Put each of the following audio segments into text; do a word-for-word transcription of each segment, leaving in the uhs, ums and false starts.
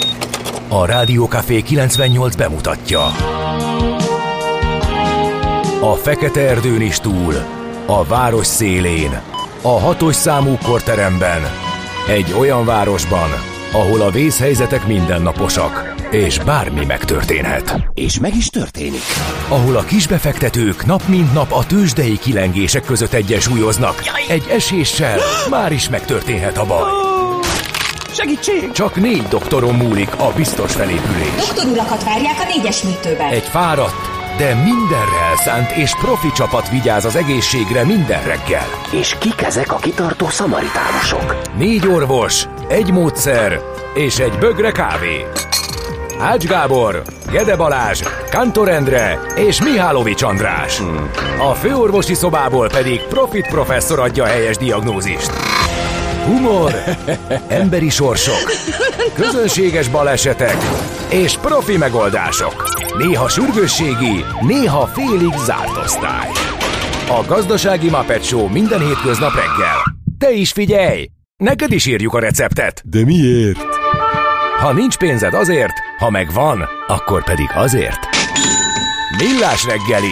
A Rádiókafé kilencvennyolc bemutatja. A fekete erdőn is túl, a város szélén, a hatos számú korteremben, egy olyan városban, ahol a vészhelyzetek mindennaposak, és bármi megtörténhet. És meg is történik. Ahol a kisbefektetők nap mint nap a tőzsdei kilengések között egyensúlyoznak. Egy eséssel már is megtörténhet a baj. Segítség! Csak négy doktoron múlik a biztos felépülés. Doktorulakat várják a négyes műtőben. Egy fáradt, de mindenre elszánt és profi csapat vigyáz az egészségre minden reggel. És kik ezek a kitartó szamaritánusok? Négy orvos, egy módszer és egy bögre kávé. Ács Gábor, Gede Balázs, Kantor Endre és Mihálovics András. A főorvosi szobából pedig Profit professzor adja a helyes diagnózist. Humor, emberi sorsok, közönséges balesetek és profi megoldások. Néha sürgősségi, néha félig zárt osztály. A Gazdasági Muppet Show minden hétköznap reggel. Te is figyelj! Neked is írjuk a receptet. De miért? Ha nincs pénzed azért, ha megvan, akkor pedig azért. Millás reggeli.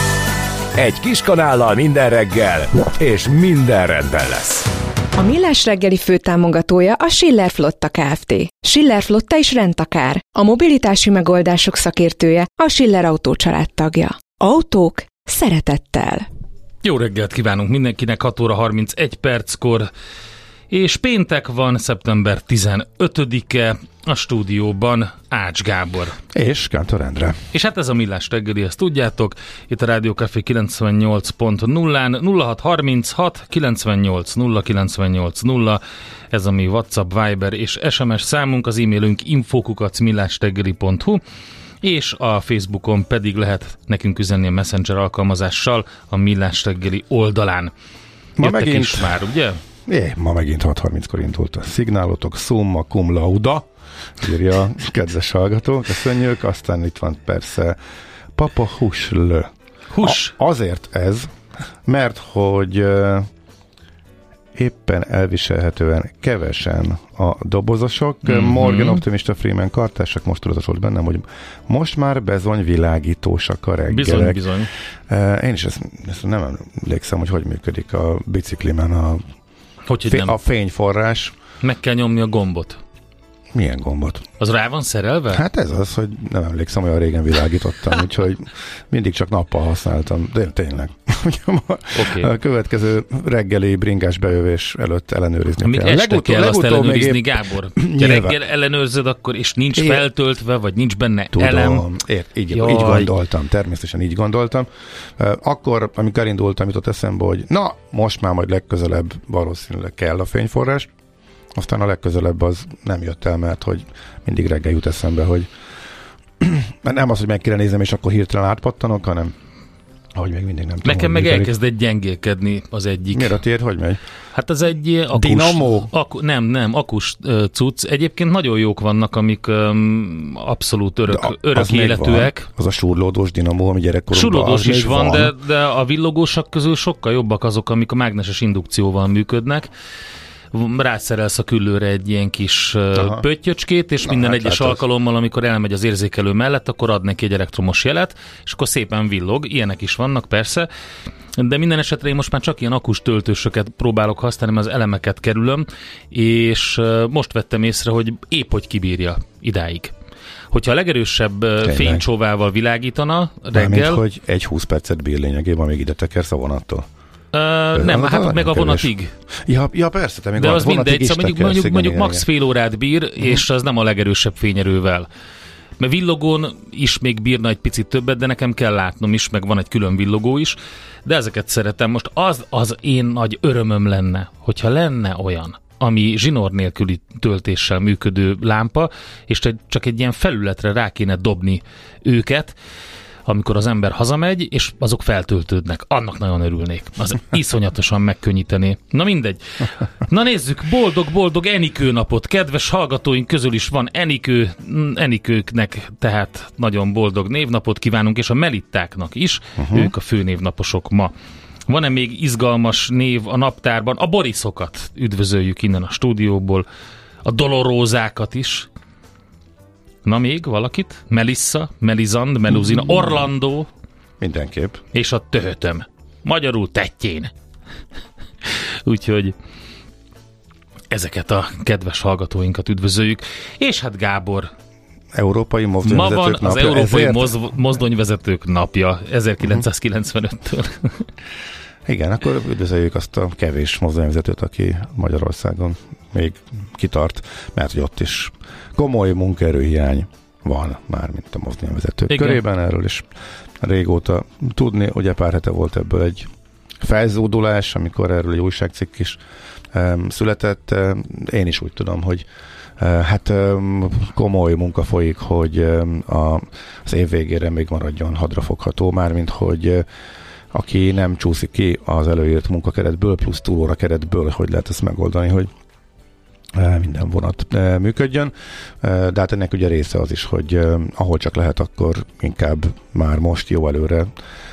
Egy kis kanállal minden reggel, és minden rendben lesz. A Millás reggeli főtámogatója a Schiller Flotta Kft. Schiller Flotta is rendtakár. A mobilitási megoldások szakértője, a Schiller Autó család tagja. Autók szeretettel. Jó reggelt kívánunk mindenkinek, hat óra harmincegy perckor, és péntek van, szeptember tizenötödike, a stúdióban Ács Gábor. És Kántor Endre. És hát ez a Millás reggeli, ezt tudjátok, itt a Rádiókafé kilencvennyolc pont nullán, nulla hat harminchat kilencvennyolc nulla kilencvennyolc nulla, ez a mi WhatsApp, Viber és es em es számunk, az e-mailünk info kukac millásreggeli pont hu, és a Facebookon pedig lehet nekünk üzenni a Messenger alkalmazással a Millás reggeli oldalán. Ma Jöttek megint is már, ugye? É, ma megint hat harminckor indult a szignálotok, summa cum lauda, írja a kedves hallgató, köszönjük, aztán itt van persze Papa Husl. Hus. A, azért ez, mert hogy uh, éppen elviselhetően kevesen a dobozosok. Mm-hmm. Morgan optimista, Freeman kartársak, most tudatos bennem, hogy most már bezony világítósak a reggelek. Bizony, bizony. Uh, én is ezt, ezt nem emlékszem, hogy hogy működik a biciklimen a Hogy, hogy Fé- nem. A fényforrás. Meg kell nyomni a gombot. Milyen gombot? Az rá van szerelve? Hát ez az, hogy nem emlékszem, olyan régen világítottam, úgyhogy mindig csak nappal használtam. De tényleg. Okay. A következő reggeli bringás bejövés előtt ellenőrizni Amíg kell. este Legutóbb, kell azt ellenőrizni, épp... Gábor. Ha reggel ellenőrzöd, akkor és nincs é... feltöltve, vagy nincs benne Tudom, elem. Ért, így, így gondoltam, természetesen így gondoltam. Akkor, amikor elindultam, jutott eszembe, hogy na, most már majd legközelebb valószínűleg kell a fényforrás. Aztán a legközelebb az nem jött el, mert hogy mindig reggel jut eszembe, hogy nem az, hogy meg kéne néznem, és akkor hirtelen átpattanok, hanem ahogy még mindig nem tudom. Nekem meg elkezdett gyengélkedni az egyik. Miért a tiéd, hogy megy? Hát az egy akus... Dinamo? Aku, nem, nem, akus uh, cucc. Egyébként nagyon jók vannak, amik um, abszolút örök, a, örök életűek. Az a surlódós dinamó, ami gyerekkorunkban. Surlódós is van, van. De, de a villogósak közül sokkal jobbak azok, amik a mágneses indukcióval működnek. Rászerelsz a küllőre egy ilyen kis Aha. pöttyöcskét, és Na, minden hát egyes alkalommal, az... amikor elmegy az érzékelő mellett, akkor ad neki egy elektromos jelet, és akkor szépen villog. Ilyenek is vannak, persze. De minden esetre én most már csak ilyen akus töltősöket próbálok használni, mert az elemeket kerülöm, és most vettem észre, hogy épp hogy kibírja idáig. Hogyha a legerősebb Tényleg. fénycsóvával világítana reggel... Mármint, hogy egy húsz percet bír lényegében, amíg ide tekersz a vonattól. Uh, nem, hát meg a vonatig. Ja, ja persze, te még de van, az mindegy, szóval mondjuk, mondjuk, mondjuk igen, max. Igen. fél órát bír, uh-huh. és az nem a legerősebb fényerővel. Mert villogón is még bírna egy picit többet, de nekem kell látnom is, meg van egy külön villogó is, de ezeket szeretem. Most az az én nagy örömöm lenne, hogyha lenne olyan, ami zsinór nélküli töltéssel működő lámpa, és csak egy ilyen felületre rá kéne dobni őket, amikor az ember hazamegy, és azok feltöltődnek. Annak nagyon örülnék. Az iszonyatosan megkönnyítené. Na mindegy. Na nézzük, boldog-boldog Enikő napot. Kedves hallgatóink közül is van Enikő, Enikőknek tehát nagyon boldog névnapot kívánunk, és a Melittáknak is. Uh-huh. Ők a főnévnaposok ma. Van-e még izgalmas név a naptárban? A Boriszokat üdvözöljük innen a stúdióból. A Dolorózákat is. Na még valakit? Melissa, Melisand, Meluzina, Orlando. Mindenképp. És a töhötöm. Magyarul Tettyén. Úgyhogy ezeket a kedves hallgatóinkat üdvözöljük. És hát Gábor, Európai ma mozdonyvezetők van az napja. Európai Ezért... moz- mozdonyvezetők napja ezerkilencszázkilencvenöttől. Igen, akkor üdvözöljük azt a kevés mozdonyvezetőt, aki Magyarországon még kitart, mert hogy ott is komoly munkaerőhiány van már, mint a mozdonyvezetők Igen. körében, erről is régóta tudni. Ugye pár hete volt ebből egy felzódulás, amikor erről egy újságcikk is um, született. Um, én is úgy tudom, hogy uh, hát um, komoly munka folyik, hogy um, a, az év végére még maradjon hadrafogható, mármint hogy uh, aki nem csúszik ki az előírt munkakeretből, plusz túlóra keretből, hogy lehet ezt megoldani, hogy minden vonat működjön, de hát ennek ugye része az is, hogy ahol csak lehet, akkor inkább már most jó előre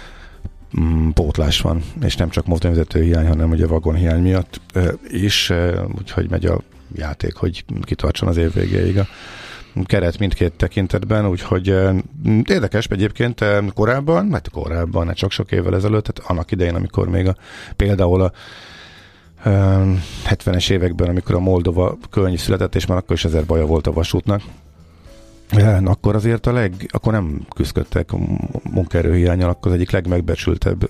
pótlás van, és nem csak mozdonyvezető hiány, hanem ugye vagon hiány miatt is, úgyhogy megy a játék, hogy kitartson az év végéig a keret mindkét tekintetben, úgyhogy érdekes egyébként korábban, mert korábban, hát csak sok évvel ezelőtt, tehát annak idején, amikor még a, például a hetvenes években, amikor a Moldova könyv született, és már akkor is ezer baja volt a vasútnak, akkor azért a leg, akkor nem küzdöttek munkaerőhiánnyal, akkor az egyik legmegbecsültebb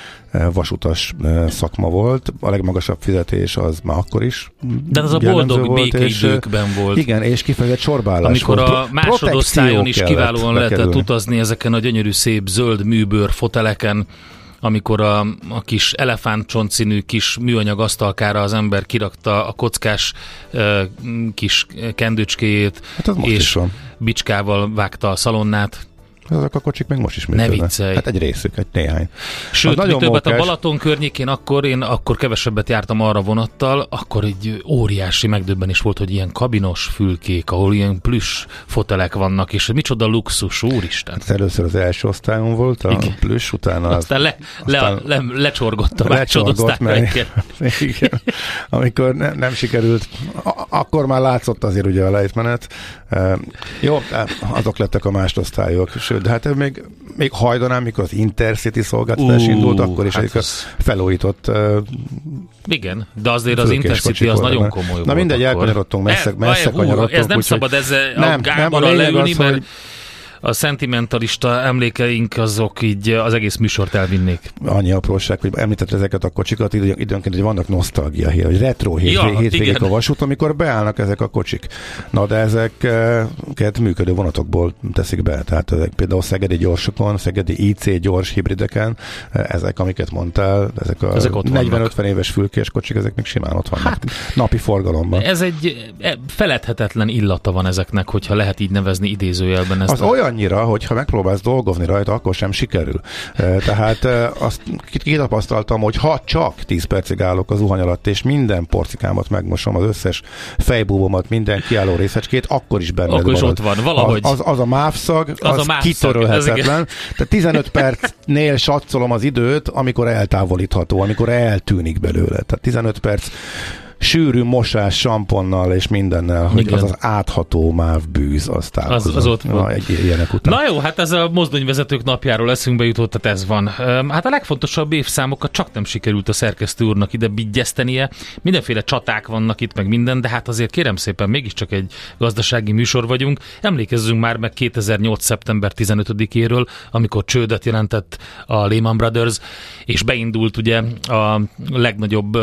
vasutas szakma volt. A legmagasabb fizetés az már akkor is. De az a boldog békeidőkben volt. Igen, és kifejezett sorbálás. Amikor volt. a másodosztályon is kiválóan lehetett bekerülni. utazni ezeken a gyönyörű szép zöld műbőr foteleken, amikor a, a kis elefántcsontszínű kis műanyag asztalkára az ember kirakta a kockás uh, kis kendőcskéjét, hát és bicskával vágta a szalonnát. Azok a kocsik még most is működnek. Ne viccelj. Hát egy részük, egy néhány. Sőt, mi többet mókás. A Balaton környékén akkor, én akkor kevesebbet jártam arra vonattal, akkor egy óriási megdöbbenés volt, hogy ilyen kabinos fülkék, ahol ilyen plüss fotelek vannak, és micsoda luxus, úristen. Hát először az első osztályon volt, a igen. plüss, utána... Aztán le, le, le, lecsorgott a másodosztályra. Igen. Amikor ne, nem sikerült, a, akkor már látszott azért ugye a lejtmenet. E, jó, azok lettek a másodosztályok, sőt, de hát még, még hajdanám, mikor az Intercity szolgáltatás uh, indult, akkor is hát egy az... felújított uh, igen, de azért az Intercity az nagyon komoly Na volt. Na mindegy, elkanyarodtunk, messze, messze hú, kanyarodtunk. Ez nem úgy, szabad ezzel nem, a Gáborral leülni, mert hogy... a szentimentalista emlékeink azok így az egész műsort elvinnék. Annyi apróság, hogy említett ezeket a kocsikat, idő, időnként, hogy vannak nosztalgia hír, hogy retro hír, ja, hétvégék a vasút, amikor beállnak ezek a kocsik. Na de ezeket működő vonatokból teszik be. Tehát ezek például szegedi gyorsokon, szegedi i cé gyors hibrideken, ezek, amiket mondtál, ezek a ezek negyven-ötven éves fülkés kocsik, ezek még simán ott vannak. Hát, napi forgalomban. Ez egy feledhetetlen illata van ezeknek, hogyha lehet így nevezni idézőjelben ezt. Az a... annyira, hogy ha megpróbálsz dolgozni rajta, akkor sem sikerül. Tehát azt kitapasztaltam, hogy ha csak tíz percig állok az zuhany alatt, és minden porcikámat megmosom, az összes fejbúbomat, minden kiálló részecskét, akkor is benned akkor is marad. ott van, valahogy. Az, az, az a mávszag, az, az, az kitörölhetetlen. Tehát tizenöt percnél satszolom az időt, amikor eltávolítható, amikor eltűnik belőle. Tehát tizenöt perc sűrű mosás, samponnal és mindennel, hogy igen. az az átható máv bűz, az távozom. Az, az ott van. Na, egy ilyenek után. Na jó, hát ez a mozdonyvezetők napjáról eszünkbe jutott, tehát ez van. Hát a legfontosabb évszámokat csak nem sikerült a szerkesztő úrnak ide bigyesztenie. Mindenféle csaták vannak itt, meg minden, de hát azért kérem szépen, mégiscsak egy gazdasági műsor vagyunk. Emlékezzünk már meg kétezer-nyolc. szeptember tizenötödikéről, amikor csődöt jelentett a Lehman Brothers, és beindult ugye a legnagyobb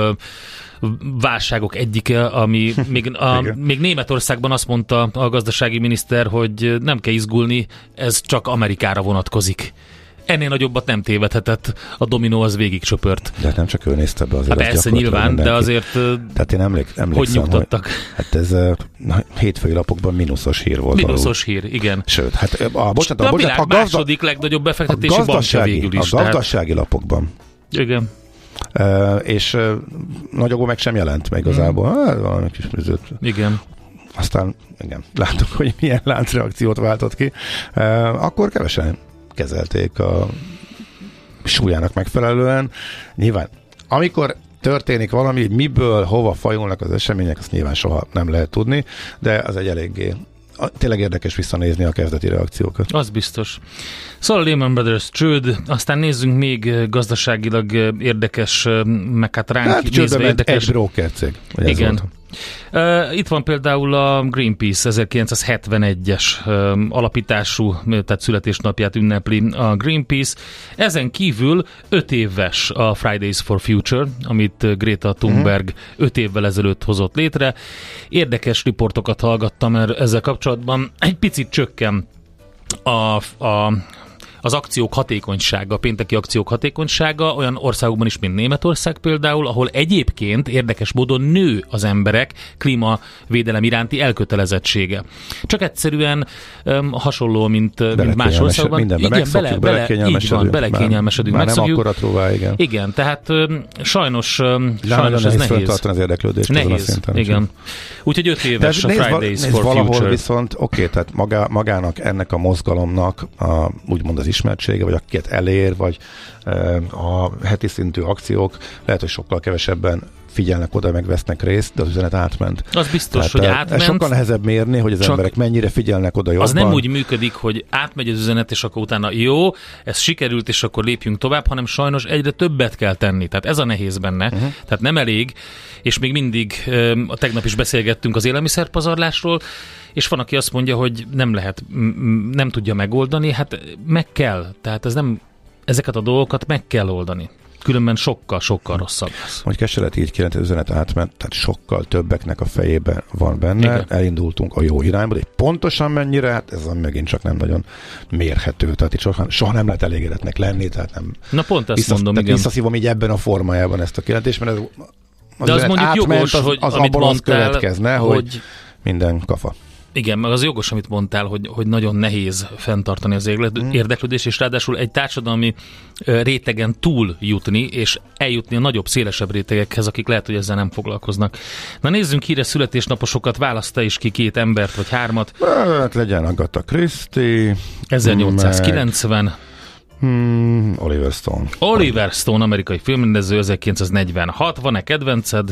válságok egyike, ami még, a, még Németországban azt mondta a gazdasági miniszter, hogy nem kell izgulni, ez csak Amerikára vonatkozik. Ennél nagyobbat nem tévedhetett, a dominó az végig csöpört. De hát nem csak ő nézte be azért. Hát persze nyilván, mindenki. De azért tehát én emlék, emlékszem, hogy nyugtattak. Hogy, hát ez a hétfői lapokban mínuszos hír volt. Mínuszos hír, igen. Sőt, hát a, bocsánat, a, a, világ a gazda, második legnagyobb befektetési bankja végül is. A gazdasági tehát... lapokban. Igen. Uh, és uh, nagyobb meg sem jelent meg igazából. Hmm. Hát, valami kis műzőt. Igen. Aztán igen, látok, hogy milyen láncreakciót váltott ki. Uh, akkor kevesen kezelték a súlyának megfelelően. Nyilván, amikor történik valami, miből, hova fajulnak az események, azt nyilván soha nem lehet tudni, de az egy eléggé tényleg érdekes visszanézni a kezdeti reakciókat. Az biztos. Szóval a Lehman Brothers csőd, aztán nézzünk még gazdaságilag érdekes, meg hát ránk hát, nézve érdekes. Egy broker cég. Igen. Uh, itt van például a Greenpeace ezerkilencszázhetvenegyes uh, alapítású, tehát születésnapját ünnepli a Greenpeace. Ezen kívül öt éves a Fridays for Future, amit Greta Thunberg uh-huh. öt évvel ezelőtt hozott létre. Érdekes riportokat hallgattam ezzel kapcsolatban. Egy picit csökken a, a az akciók hatékonysága, a pénteki akciók hatékonysága olyan országokban is, mint Németország például, ahol egyébként érdekes módon nő az emberek klímavédelem iránti elkötelezettsége. Csak egyszerűen um, hasonló, mint, mint más országokban. Mindenben igen, megszokjuk, bele, belekényelmesedünk. Belekényelmesedünk. Már, már nem akkora trúvá, igen. Igen, tehát um, sajnos, um, De sajnos ez nehéz. nehéz. Az érdeklődést. Nehéz, szinten, igen. Úgyhogy öt éves a Fridays nézd, for valahol Future. Viszont, oké, okay, tehát magá, magának ennek a mozgalomnak a, úgymond az ismertsége, vagy akiket elér, vagy e, a heti szintű akciók, lehet, hogy sokkal kevesebben figyelnek oda, meg vesznek részt, de az üzenet átment. Az biztos, Tehát, hogy átment. Sokkal nehezebb mérni, hogy az emberek mennyire figyelnek oda jobban. Az nem úgy működik, hogy átmegy az üzenet, és akkor utána jó, ez sikerült, és akkor lépjünk tovább, hanem sajnos egyre többet kell tenni. Tehát ez a nehéz benne. Uh-huh. Tehát nem elég, és még mindig, a tegnap is beszélgettünk az élelmiszerpazarlásról, és van, aki azt mondja, hogy nem lehet, nem tudja megoldani, hát meg kell. Tehát ez nem, ezeket a dolgokat meg kell oldani. Különben sokkal, sokkal rosszabb lesz. Hogy keselet így kérent, az üzenet átment, tehát sokkal többeknek a fejében van benne. Igen. Elindultunk a jó irányba, de pontosan mennyire, hát ez megint csak nem nagyon mérhető. Tehát itt soha, soha nem lehet elégedetnek lenni, tehát nem... Na pont ezt visszasz, mondom, tehát igen. Visszaszívom így ebben a formájában ezt a kijelentést, mert ez az de az mondjuk jogos, az, hogy az amit abból mondtál, az következne, hogy, hogy minden kafa. Igen, meg az jogos, amit mondtál, hogy, hogy nagyon nehéz fenntartani az érdeklődést, és ráadásul egy társadalmi rétegen túl jutni, és eljutni a nagyobb, szélesebb rétegekhez, akik lehet, hogy ezzel nem foglalkoznak. Na nézzünk híres születésnaposokat, választa is ki két embert, vagy hármat. Hát legyen Agatha Christie. ezernyolcszázkilencven. Meg... Hmm, Oliver Stone. Oliver Stone, amerikai filmrendező, ezerkilencszáznegyvenhat. Van-e kedvenced?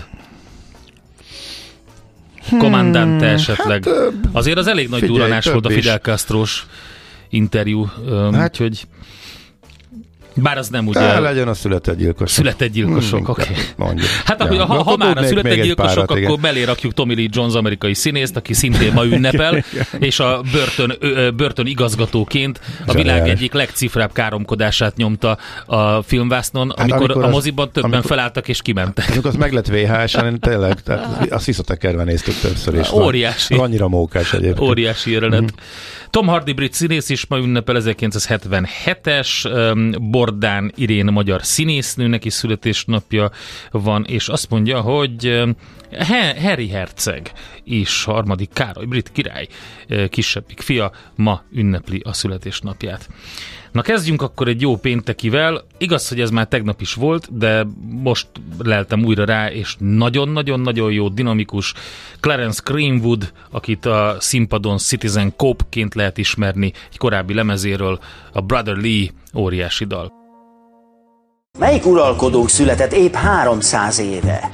Kommandante esetleg. Hát, azért az elég nagy figyelj, duranás volt a Fidel Castro-s interjú, hát, úgyhogy bár az nem ugye... Tá, legyen a született gyilkosok. Született gyilkosok, hmm, oké. Okay. Hát ja, ha, ha már a született gyilkosok, párat, akkor igen. Belé rakjuk Tommy Lee Jones amerikai színészt, aki szintén ma ünnepel, és a börtön, ö, börtön igazgatóként a világ Zseniális. Egyik legcifrább káromkodását nyomta a filmvásznon, hát amikor, amikor a moziban többen amikor, felálltak és kimentek. Amikor az meglet vé há es-en, tényleg, tehát a Sziszatakerben néztük többször is. Óriási. Van, annyira mókás egyébként. Óriási jelenet. Mm-hmm. Tom Hardy brit színész is ma ünnepel, ezerkilencszázhetvenhetes, um, Bordán Irén magyar színésznőnek is születésnapja van, és azt mondja, hogy um, Harry herceg is, harmadik Károly brit király kisebbik fia, ma ünnepli a születésnapját. Na kezdjünk akkor egy jó péntekivel. Igaz, hogy ez már tegnap is volt, de most leltem újra rá, és nagyon-nagyon-nagyon jó, dinamikus Clarence Greenwood, akit a színpadon Citizen Cope-ként lehet ismerni egy korábbi lemezéről, a Brother Lee óriási dal. Melyik uralkodónk született épp háromszáz éve?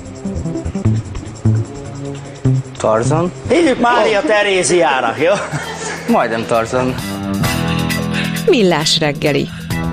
Tarzan? Hívjuk Mária oh. Teréziának, jó? Majdnem Tarzan. Millás reggeli.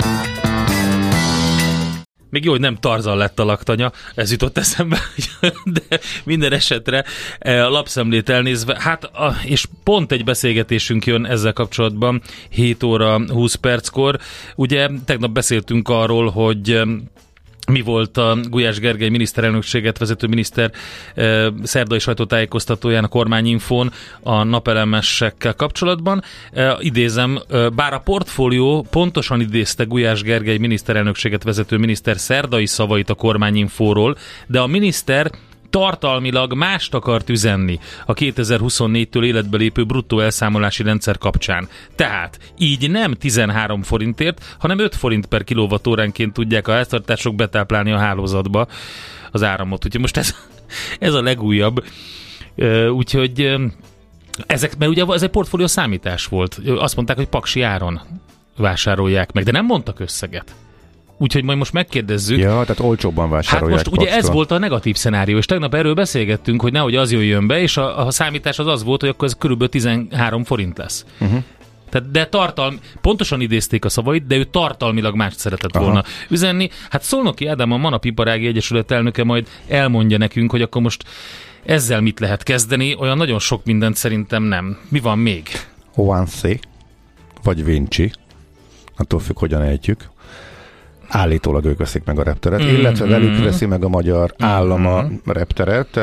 Még jó, hogy nem Tarzan lett a laktanya, ez jutott eszembe, de minden esetre a lapszemlét elnézve, hát a, és pont egy beszélgetésünk jön ezzel kapcsolatban, hét óra húsz perckor. Ugye tegnap beszéltünk arról, hogy mi volt a Gulyás Gergely miniszterelnökséget vezető miniszter eh, szerdai sajtótájékoztatóján a Kormányinfón a napelemesekkel kapcsolatban. Eh, idézem, eh, bár a portfólió pontosan idézte Gulyás Gergely miniszterelnökséget vezető miniszter szerdai szavait a Kormányinfóról, de a miniszter tartalmilag mást akart üzenni a kétezer-huszonnégytől életbe lépő bruttó elszámolási rendszer kapcsán. Tehát így nem tizenhárom forintért, hanem öt forint per kilowattóránként tudják a háztartások betáplálni a hálózatba az áramot. Úgyhogy most ez, ez a legújabb. Úgyhogy ezek, mert ugye ez egy portfólió számítás volt. Azt mondták, hogy paksi áron vásárolják meg, de nem mondtak összeget. Úgyhogy majd most megkérdezzük. Ja, tehát olcsóbban vásárolják. Hát most ugye Paxtól. ez volt a negatív szenárió, és tegnap erről beszélgettünk, hogy nehogy az jöjjön be, és a, a számítás az az volt, hogy akkor ez körülbelül tizenhárom forint lesz. Uh-huh. Tehát, de tartalmi, pontosan idézték a szavait, de ő tartalmilag mást szeretett Aha. volna üzenni. Hát Szolnoki Ádám, a Manap Iparági Egyesület elnöke majd elmondja nekünk, hogy akkor most ezzel mit lehet kezdeni, olyan nagyon sok mindent szerintem nem. Mi van még? Wannsee, vagy Vinci, attól függ, hogyan ejtjük. Állítólag ők veszik meg a repteret, mm-hmm. illetve velük veszi meg a magyar állam a repteret.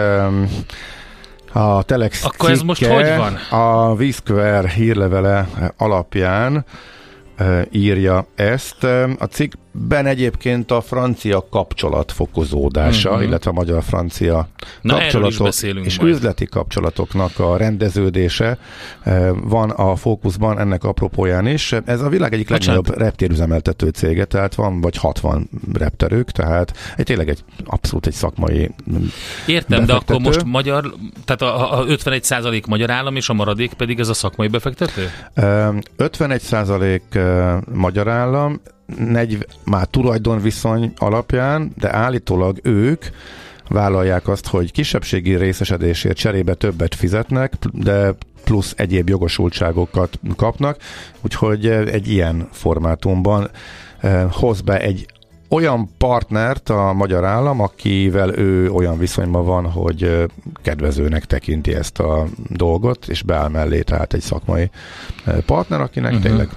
A Telex Akkor ez most hogy van? A V-Square hírlevele alapján írja ezt. A cikkben egyébként a francia kapcsolat fokozódása, uh-huh. illetve a magyar-francia Na, kapcsolatok és majd. üzleti kapcsolatoknak a rendeződése van a fókuszban, ennek apropóján is. Ez a világ egyik legnagyobb reptérüzemeltető cége, tehát van vagy hatvan repterük, tehát egy tényleg egy abszolút egy szakmai Értem, befektető. de akkor most magyar, tehát a, a ötvenegy százalék magyar állam, és a maradék pedig ez a szakmai befektető? ötvenegy százalék magyar állam, negyven, már tulajdonviszony alapján, de állítólag ők vállalják azt, hogy kisebbségi részesedésért cserébe többet fizetnek, de plusz egyéb jogosultságokat kapnak, úgyhogy egy ilyen formátumban hoz be egy olyan partnert a magyar állam, akivel ő olyan viszonyban van, hogy kedvezőnek tekinti ezt a dolgot, és beáll mellé tehát egy szakmai partner, akinek uh-huh. tényleg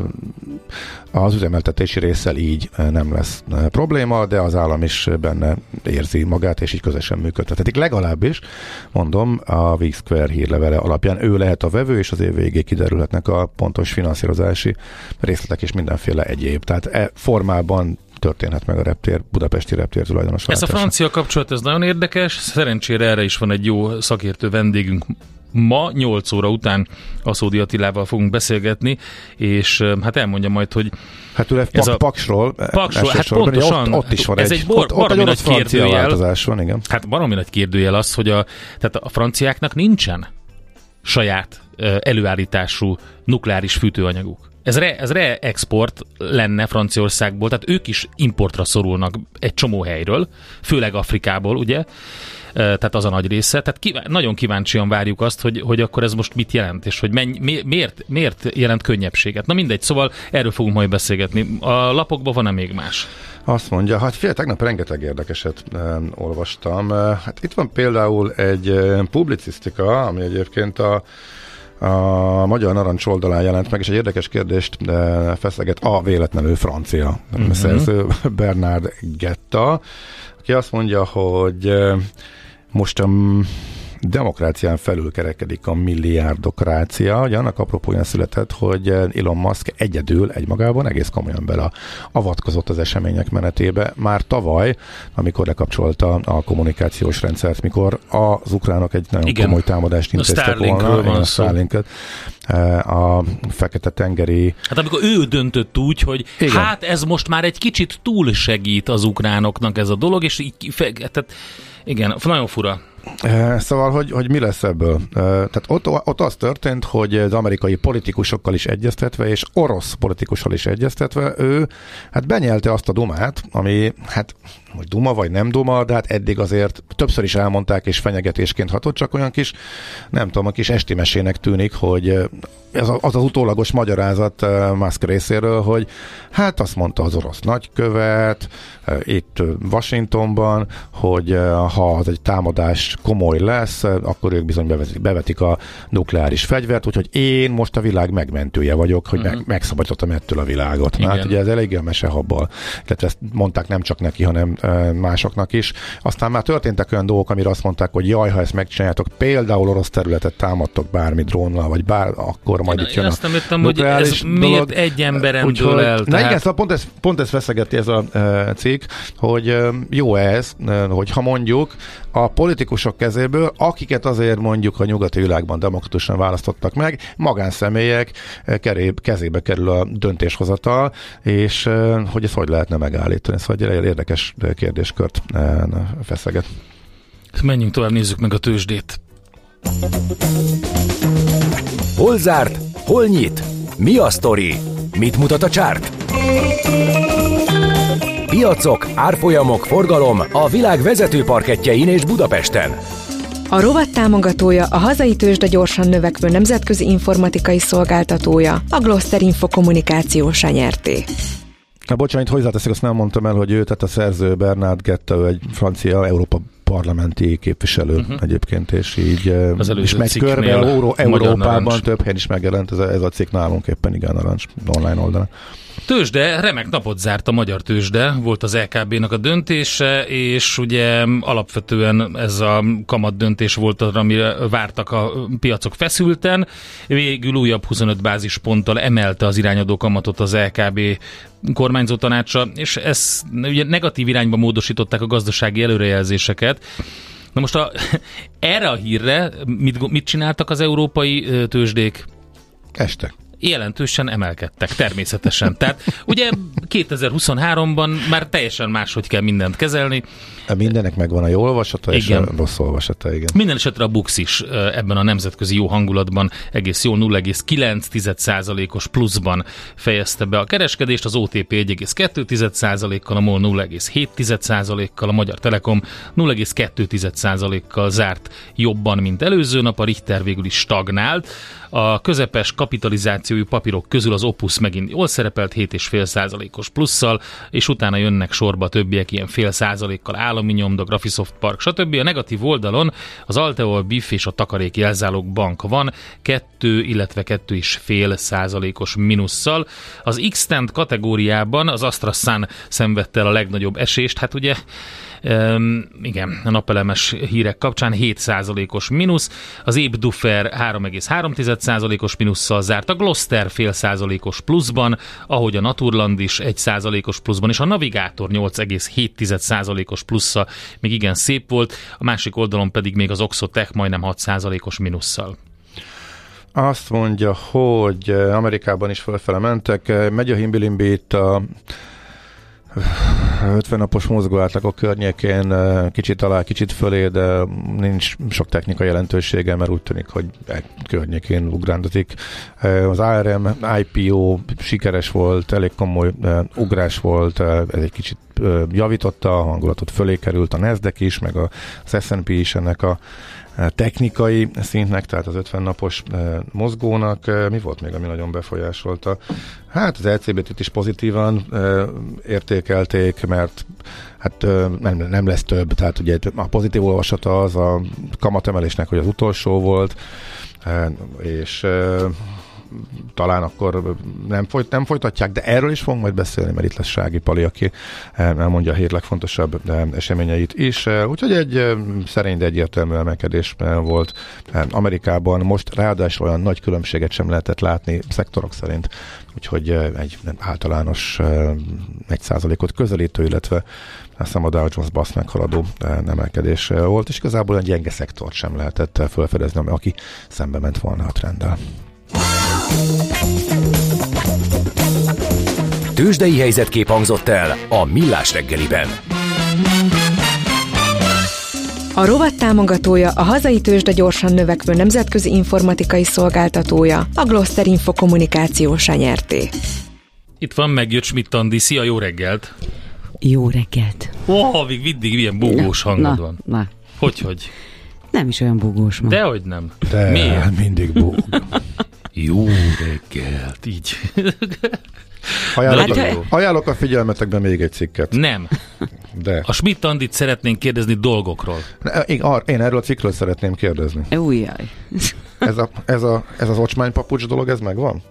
az üzemeltetési résszel így nem lesz probléma, de az állam is benne érzi magát, és így közösen működtetik. Legalábbis, mondom, a V-Square hírlevele alapján ő lehet a vevő, és az év végéig kiderülhetnek a pontos finanszírozási részletek és mindenféle egyéb. Tehát e formában történhet meg a reptér, budapesti reptér tulajdonos váltása. Ez a francia kapcsolat, ez nagyon érdekes, szerencsére erre is van egy jó szakértő vendégünk. Ma nyolc óra után Aszódi Attilával fogunk beszélgetni, és hát elmondja majd, hogy hát ő ez a Paksról, Paksról hát pontosan, ott, ott is van ez egy, egy bor, ott, ott baromi nagy kérdőjel. Van, igen. Hát baromi nagy kérdőjel az, hogy a, tehát a franciáknak nincsen saját előállítású nukleáris fűtőanyaguk. Ez, re, ez re-export lenne Franciaországból, tehát ők is importra szorulnak egy csomó helyről, főleg Afrikából, ugye? Tehát az a nagy része. Tehát kíván, nagyon kíváncsian várjuk azt, hogy, hogy akkor ez most mit jelent, és hogy menny, mi, miért, miért jelent könnyebbséget. Na mindegy, szóval erről fogunk majd beszélgetni. A lapokban van-e még más? Azt mondja, hát fél, tegnap rengeteg érdekeset e, olvastam. Hát itt van például egy e, publicisztika, ami egyébként a a Magyar Narancs oldalán jelent meg, és egy érdekes kérdést feszeget a véletlenül francia uh-huh. szerző Bernard Getta, aki azt mondja, hogy most a demokrácián felül kerekedik a milliárdokrácia, hogy annak apropóján született, hogy Elon Musk egyedül, egymagában egész komolyan bele avatkozott az események menetébe. Már tavaly, amikor lekapcsolta a kommunikációs rendszert, mikor az ukránok egy nagyon Igen. komoly támadást intéztek volna. Van szó. A Fekete-tengeri... Hát amikor ő döntött úgy, hogy Igen. hát ez most már egy kicsit túl segít az ukránoknak ez a dolog, és így, tehát igen, nagyon fura. Szóval, hogy, hogy mi lesz ebből? Tehát ott, ott az történt, hogy az amerikai politikusokkal is egyeztetve, és orosz politikussal is egyeztetve, ő hát benyelte azt a dumát, ami hát hogy duma vagy nem duma, de hát eddig azért többször is elmondták, és fenyegetésként hatott, csak olyan kis, nem tudom, a kis esti mesének tűnik, hogy az az, az utólagos magyarázat Musk részéről, hogy hát azt mondta az orosz nagykövet itt Washingtonban, hogy ha az egy támadás komoly lesz, akkor ők bizony bevetik, bevetik a nukleáris fegyvert, úgyhogy én most a világ megmentője vagyok, hogy uh-huh. meg, megszabadítottam ettől a világot. Na, hát ugye ez eléggé a mesehabbal. Tehát ezt mondták nem csak neki, hanem e, másoknak is. Aztán már történtek olyan dolgok, amire azt mondták, hogy jaj, ha ezt megcsináljátok, például orosz területet támadtok bármi drónnal, vagy bár, akkor majd én itt jön azt nem értem, hogy ez miért egy emberen dől el. Na igen, szóval pont ezt, pont ezt veszegeti ez a e, cikk, hogy e, jó ez, e, hogyha mondjuk a politikusok kezéből, akiket azért mondjuk a nyugati világban demokratikusan választottak meg, magánszemélyek kezébe kerül a döntéshozatal, és hogy ezt hogy lehetne megállítani. Szóval egy érdekes kérdéskört feszeget. Menjünk tovább, nézzük meg a tőzsdét. Hol zárt? Hol nyit? Mi a sztori? Mit mutat a csárt? Piacok, árfolyamok, forgalom a világ vezető parkettjein és Budapesten. A rovat támogatója a hazai tőzsde gyorsan növekvő nemzetközi informatikai szolgáltatója, a Gloster Info Kommunikációs nyerté. Na bocsánat, itt hozzáteszik, azt nem mondtam el, hogy ő, tehát a szerző Bernard Getta, egy francia Európa parlamenti képviselő uh-huh. egyébként, és így is megy körbe Euró, Európában, több helyen is megjelent ez a, ez a cikk nálunk éppen, igen, narancs online oldalon. Tőzsde, remek napot zárt a magyar tőzsde, volt az é ká bé-nak a döntése, és ugye alapvetően ez a kamat döntés volt, amire vártak a piacok feszülten. Végül újabb huszonöt bázisponttal emelte az irányadó kamatot az é ká bé kormányzó tanácsa, és ezt ugye negatív irányba módosították a gazdasági előrejelzéseket. Na most a, erre a hírre mit, mit csináltak az európai tőzsdék? Estek. Jelentősen emelkedtek, természetesen. Tehát ugye kétezer-huszonháromban már teljesen máshogy kell mindent kezelni. Mindennek megvan a jó olvasata, igen. És a rossz olvasata, igen. Minden esetre a BUX is ebben a nemzetközi jó hangulatban egész jó nulla egész kilenc százalékos pluszban fejezte be a kereskedést, az o té pé egy egész kettő százalékkal, a MOL nulla egész hét százalékkal, a Magyar Telekom nulla egész kettő százalékkal zárt jobban, mint előző nap, a Richter végül is stagnált. A közepes kapitalizációjú papírok közül az Opus megint jól szerepelt hét egész öt százalékos plusszal, és utána jönnek sorba a többiek ilyen fél százalékkal, Állami Nyomda, Graphisoft Park, stb. A negatív oldalon az Alteo, a bé i ef és a Takarék Jelzálog Bank van, kettő, illetve kettő egész öt százalékos mínusszal. Az X-Tent kategóriában az AstraZan szenvedte el a legnagyobb esést, hát ugye Um, igen, a napelemes hírek kapcsán hét százalékos mínusz, az Ébduffer három egész három százalékos mínusszal zárt, a Gloster fél százalékos pluszban, ahogy a Naturland is egy százalékos pluszban, és a Navigátor nyolc egész hét százalékos plusza még igen szép volt, a másik oldalon pedig még az Oxotec majdnem hat százalékos mínusszal. Azt mondja, hogy Amerikában is felfele mentek, megy a himbilimbi itt a ötven napos mozgó átlagok környékén, kicsit alá, kicsit fölé, de nincs sok technikai jelentősége, mert úgy tűnik, hogy környékén ugrándozik. Az á er em i pé o sikeres volt, elég komoly ugrás volt, ez egy kicsit javította, a hangulatot fölé került a Nasdaq is, meg az es and pé is ennek a technikai szintnek, tehát az ötven napos mozgónak. Mi volt még, ami nagyon befolyásolta? Hát az el cé bé-t is pozitívan értékelték, mert hát nem, nem lesz több, tehát ugye a pozitív olvasata az a kamatemelésnek, hogy az utolsó volt, és talán akkor nem, folyt, nem folytatják, de erről is fogunk majd beszélni, mert itt lesz Sági Pali, aki elmondja a hét legfontosabb eseményeit is. Úgyhogy egy szerény, de egyértelmű emelkedés volt Amerikában. Most ráadásul olyan nagy különbséget sem lehetett látni szektorok szerint, úgyhogy egy általános egy százalékot közelítő, illetve azt hiszem a Dow Jones Bass meghaladó emelkedés volt, és igazából olyan gyenge szektort sem lehetett felfedezni, aki szembe ment volna a trenddel. Tőzsdei helyzetkép hangzott el a Millás reggeliben. A rovat támogatója a hazai tőzsde gyorsan növekvő nemzetközi informatikai szolgáltatója, a Gloster Info Kommunikációs nyerté. Itt van, megjött Schmidt Andi, szia, jó reggelt! Jó reggelt! Ó, oh, még mindig milyen búgós hangod na, van. Na. Hogy, hogy? Nem is olyan búgós ma. Dehogy nem. De miért? Mindig búg. Jó reggelt, így. Ajánlok, hát, a, ajánlok a figyelmetekben még egy cikket. Nem. De. A Schmidt Andit szeretnénk kérdezni dolgokról. Én, én erről a cikkről szeretném kérdezni. Újjaj. Ez, a, ez, a, ez az ocsmánypapucs dolog, ez megvan?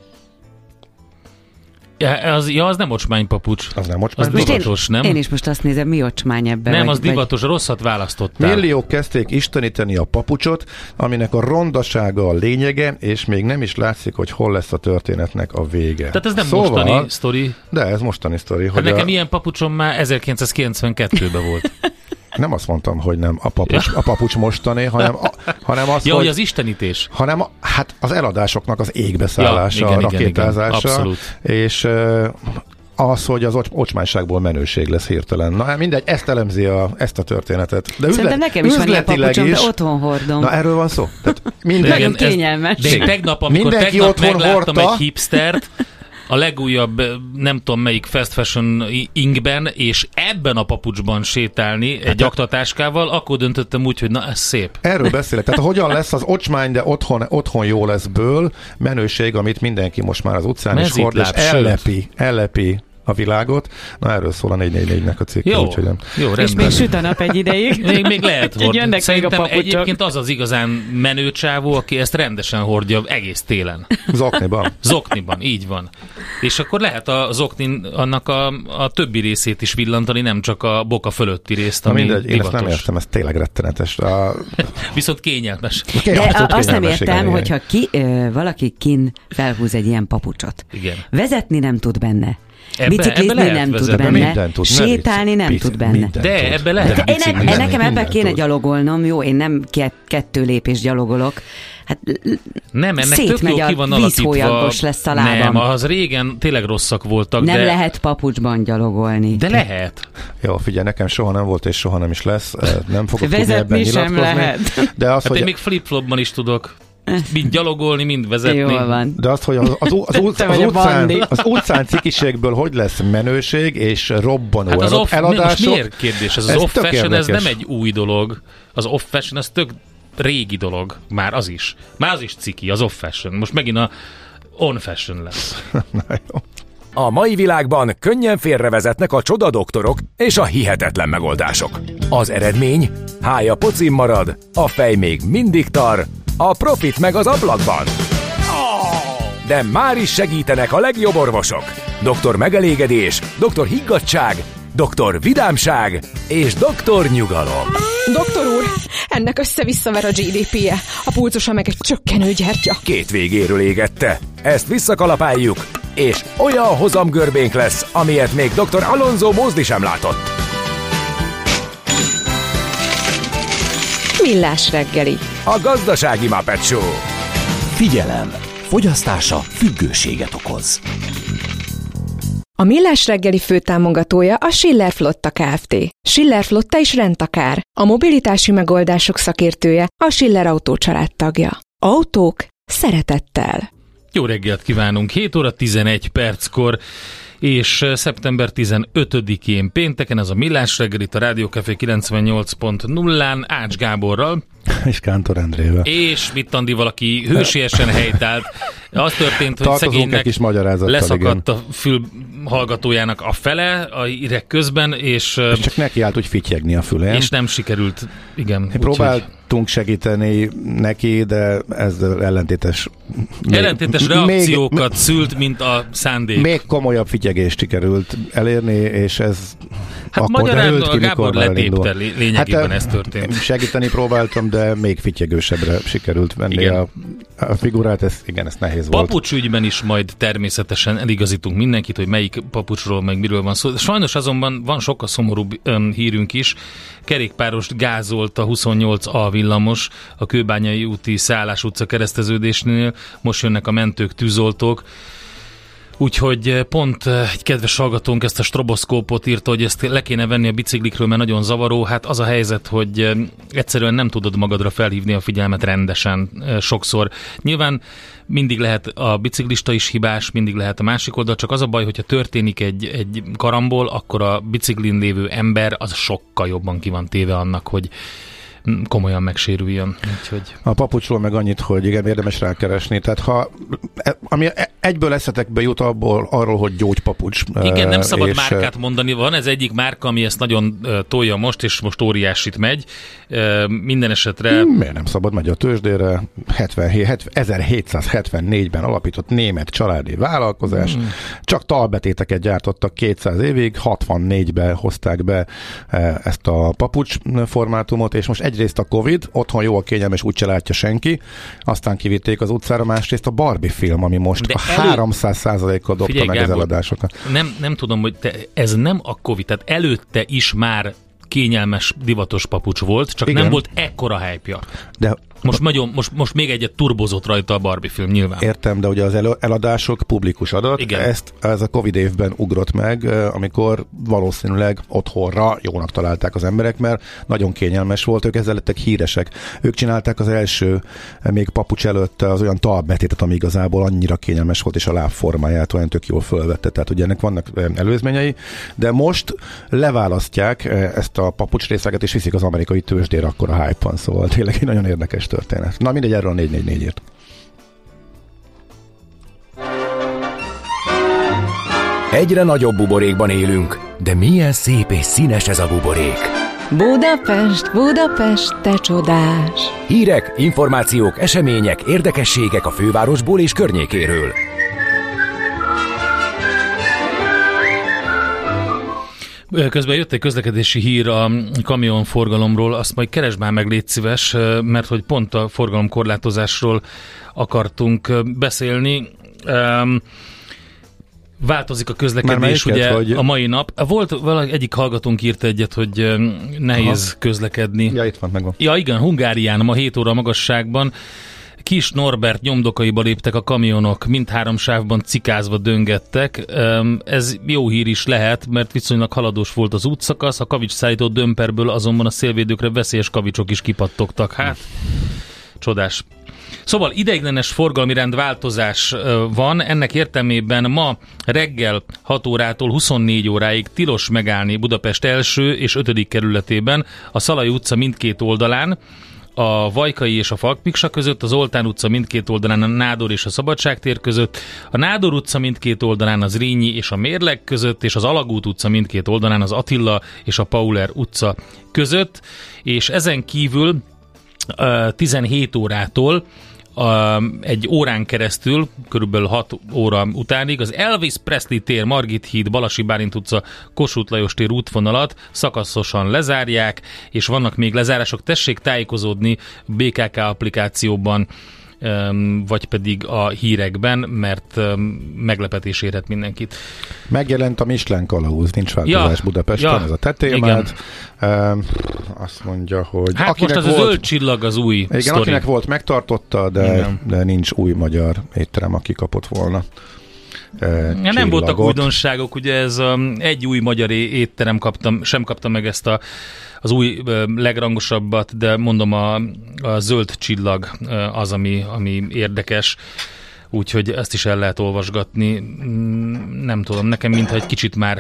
Ja, az, ja, az nem ocsmánypapucs. Az nem ocsmánypapucs. Az divatos, nem? Én is most azt nézem, mi ocsmány ebben. Nem, vagy, az divatos, vagy... rosszat választottál. Milliók kezdték isteníteni a papucsot, aminek a rondasága a lényege, és még nem is látszik, hogy hol lesz a történetnek a vége. Tehát ez nem szóval, mostani sztori. De ez mostani sztori. Hát nekem a... ilyen papucsom már ezerkilencszázkilencvenkettőben volt. Nem azt mondtam, hogy nem a papucs, a papucs mostani, hanem, a, hanem az, ja, hogy... az istenítés. Hanem a, hát az eladásoknak az égbeszállása, ja, igen, a rakétázása. Igen, igen, és uh, az, hogy az ocs, ocsmányságból menőség lesz hirtelen. Na mindegy, ezt elemzi a, ezt a történetet. De Szerintem üzlet, nekem is van ilyen papucsom, de otthon hordom. Na erről van szó. Tehát minden, nagyon kényelmes. De tegnap, amikor mindenki tegnap megláttam hordta, egy hipstert, a legújabb, nem tudom melyik fast fashion ingben, és ebben a papucsban sétálni egy aktatáskával, akkor döntöttem úgy, hogy na, ez szép. Erről beszélek. Tehát hogyan lesz az ocsmány, de otthon, otthon jó lesz ből menőség, amit mindenki most már az utcán is hord, és ellepi, ellepi a világot. Na, erről szól a négy négy négynek a cikke. Jó, úgyhogy nem. Jó, rendben. És még süt a nap egy ideig. Még, még lehet hordni. Szerintem a egyébként az az igazán menő csávó, aki ezt rendesen hordja egész télen. Zokniban. Zokniban, így van. És akkor lehet a zoknin annak a, a többi részét is villantani, nem csak a boka fölötti részt, ami mindegy, én ezt nem divatos. értem, ez tényleg rettenetes. A... Viszont kényelmes. De Kényelmes, azt nem kényelmes, értem, igen, hogyha ki, ö, valaki kin felhúz egy ilyen papucsot. Igen. Vezetni nem tud benne. Ebbe, Biciklizni ebbe nem tud vezetni. benne, tud, sétálni nem Pici, tud benne. De tud. ebbe lehet De Én nem, biciklizni. nekem ebbe Minden kéne tud. gyalogolnom, jó, én nem ke- kettő lépés gyalogolok. Hát Nem, ennek tök szétmegy jó a ki van alakítva. vízhólyagos lesz a lábam. Nem, az régen tényleg rosszak voltak, nem de... lehet papucsban gyalogolni. De lehet. Jó, figyelj, nekem soha nem volt, és soha nem is lesz. Nem fogok tudni Vezetni ebben sem nyilatkozni. lehet. De az, Hát hogy... én még flip-flopban is tudok mind gyalogolni, mind vezetni. Jól van. De azt, hogy az, az, az, az, Te az, vagy a utcán, bandi. az utcán cikiségből hogy lesz menőség és robbanó Hát az off, eladások. most miért kérdés? Ez az Ez off tök fashion, ez érdekes. nem egy új dolog. Az off fashion, ez tök régi dolog. Már az is. Már az is ciki, az off fashion. Most megint a on fashion lesz. Na jó. A mai világban könnyen félrevezetnek a csodadoktorok és a hihetetlen megoldások. Az eredmény? Hája pocim marad, a fej még mindig tar, a profit meg az ablakban. De már is segítenek a legjobb orvosok. doktor Megelégedés, doktor Higgadtság, doktor Vidámság és doktor Nyugalom. Doktor úr, ennek össze-visszaver a gé dé pé-je, a pulzusa meg egy csökkenő gyertya. Két végéről égette. Ezt visszakalapáljuk, és olyan hozamgörbénk lesz, amilyet még doktor Alonso Mózdi sem látott. Millás reggeli. A gazdasági Muppet Show. Figyelem! Fogyasztása függőséget okoz. A Millás reggeli főtámogatója a Schiller Flotta Kft. Schiller Flotta is rendtakár. A mobilitási megoldások szakértője, a Schiller Autó családtagja. Autók szeretettel. Jó reggelt kívánunk! hét óra tizenegy perckor, és szeptember tizenötödikén pénteken ez a Millás reggel itt a Rádió Café kilencvennyolc pont nullán Ács Gáborral. És Kántor Endrével. És Mittandival, aki hősiesen helytált. Az történt, hogy Tartozunk szegénynek egy kis magyarázattal, leszakadt igen. a fülhallgatójának a fele a írek közben, és, és csak neki állt úgy fityegni a fülén. És nem sikerült, igen. Próbáltunk segíteni neki, de ez ellentétes... Ellentétes még, reakciókat még, szült, mint a szándék. Még komolyabb fityegést sikerült elérni, és ez hát akkor magyarán derült ki, a Gábor letépte lényegében hát, ez történt. Segíteni próbáltam, de még fityegősebbre sikerült venni a, a figurát, ez, igen, ez nehéz volt. Papucsügyben is majd természetesen eligazítunk mindenkit, hogy melyik papucsról, meg miről van szó. Sajnos azonban van sokkal szomorúbb um, hírünk is. Kerékpárost gázolt a huszonnyolc A villamos a Kőbányai úti Szállás utca kereszteződésnél. Most jönnek a mentők, tűzoltók. Úgyhogy pont egy kedves hallgatónk ezt a stroboszkópot írta, hogy ezt le kéne venni a biciklikről, mert nagyon zavaró. Hát az a helyzet, hogy egyszerűen nem tudod magadra felhívni a figyelmet rendesen sokszor. Nyilván mindig lehet a biciklista is hibás, mindig lehet a másik oldal, csak az a baj, hogyha történik egy, egy karambol, akkor a biciklin lévő ember az sokkal jobban ki van téve annak, hogy komolyan megsérüljön. Úgyhogy... A papucsról meg annyit, hogy igen, érdemes rákeresni. Tehát ha ami egyből eszetekbe jut abból, arról, hogy gyógypapucs. Igen, nem szabad és márkát mondani. Van ez egyik márka, ami ezt nagyon tolja most, és most óriásit megy. Minden esetre... Miért nem szabad? Megy a tőzsdére. hetvenhét, ezerhétszázhetvennégyben alapított német családi vállalkozás. Hmm. Csak talbetéteket gyártottak kétszáz évig, hatvannégyben hozták be ezt a papucs formátumot, és most egyrészt a Covid, otthon jó a kényelmes, úgyse látja senki, aztán kivitték az utcára, másrészt a Barbie film, ami most de a elő... háromszáz százalékkal dobta Figyelj, meg Gábor, az eladásokat. Nem, nem tudom, hogy te, ez nem a Covid, tehát előtte is már kényelmes, divatos papucs volt, csak igen. nem volt ekkora hype-ja. De Most, nagyon, most, most még egyet turbozott rajta a Barbie film, nyilván. Értem, de ugye az el- eladások publikus adat. Igen. Ezt ez a Covid évben ugrott meg, amikor valószínűleg otthonra jónak találták az emberek, mert nagyon kényelmes volt, ők ezzel lettek híresek. Ők csinálták az első, még papucs előtt az olyan talpbetétet, ami igazából annyira kényelmes volt, és a lábformáját olyan tök jól fölvette. Tehát ugye ennek vannak előzményei, de most leválasztják ezt a papucs részleget, és viszik az amerikai tőzsdére, akkor a hype van, szóval tényleg egy nagyon érdekes történet. Na mindegy, erről a négy négy négyért. Egyre nagyobb buborékban élünk, de milyen szép és színes ez a buborék. Budapest, Budapest, te csodás! Hírek, információk, események, érdekességek a fővárosból és környékéről. Közben jött egy közlekedési hír a kamionforgalomról, azt majd keresd már meg, légy szíves, mert hogy pont a forgalomkorlátozásról akartunk beszélni. Um, Változik a közlekedés, ugye hogy... a mai nap. Volt valaki, egyik hallgatónk írt egyet, hogy nehéz Aha. közlekedni. Ja, itt van, megvan. Ja, igen, Hungárián ma hét óra magasságban Kis Norbert nyomdokaiba léptek a kamionok, mindhárom sávban cikázva döngettek. Ez jó hír is lehet, mert viszonylag haladós volt az útszakasz, a kavics szállító dömperből azonban a szélvédőkre veszélyes kavicsok is kipattogtak. Hát, csodás. Szóval ideiglenes forgalmi rendváltozás van, ennek értelmében ma reggel hat órától huszonnégy óráig tilos megállni Budapest első és ötödik kerületében, a Szalai utca mindkét oldalán, a Vajkai és a Falkpiksa között, az Oltán utca mindkét oldalán a Nádor és a Szabadságtér között, a Nádor utca mindkét oldalán az Rényi és a Mérleg között, és az Alagút utca mindkét oldalán az Attila és a Pauler utca között, és ezen kívül tizenhét órától egy órán keresztül, körülbelül hat óra utánig az Elvis Presley tér, Margit híd, Balasi Bálint utca, Kossuth Lajos tér útvonalat szakaszosan lezárják, és vannak még lezárások. Tessék tájékozódni bé ká ká applikációban, vagy pedig a hírekben, mert meglepetés érhet mindenkit. Megjelent a Michelin kalauz, nincs változás ja, Budapesten, ja, ez a tetémát. Um, azt mondja, hogy... Hát most az volt, a zöld csillag az új igen, sztori. Akinek volt, megtartotta, de, de nincs új magyar étterem, aki kapott volna. Ja, nem voltak újdonságok, ugye ez um, egy új magyar étterem kaptam, sem kapta meg ezt a az új legrangosabbat, de mondom a, a zöld csillag az, ami, ami érdekes, úgyhogy ezt is el lehet olvasgatni. Nem tudom, nekem mintha egy kicsit már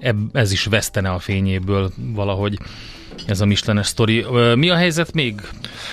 ez is vesztene a fényéből valahogy ez a Michelin-es sztori. Mi a helyzet még?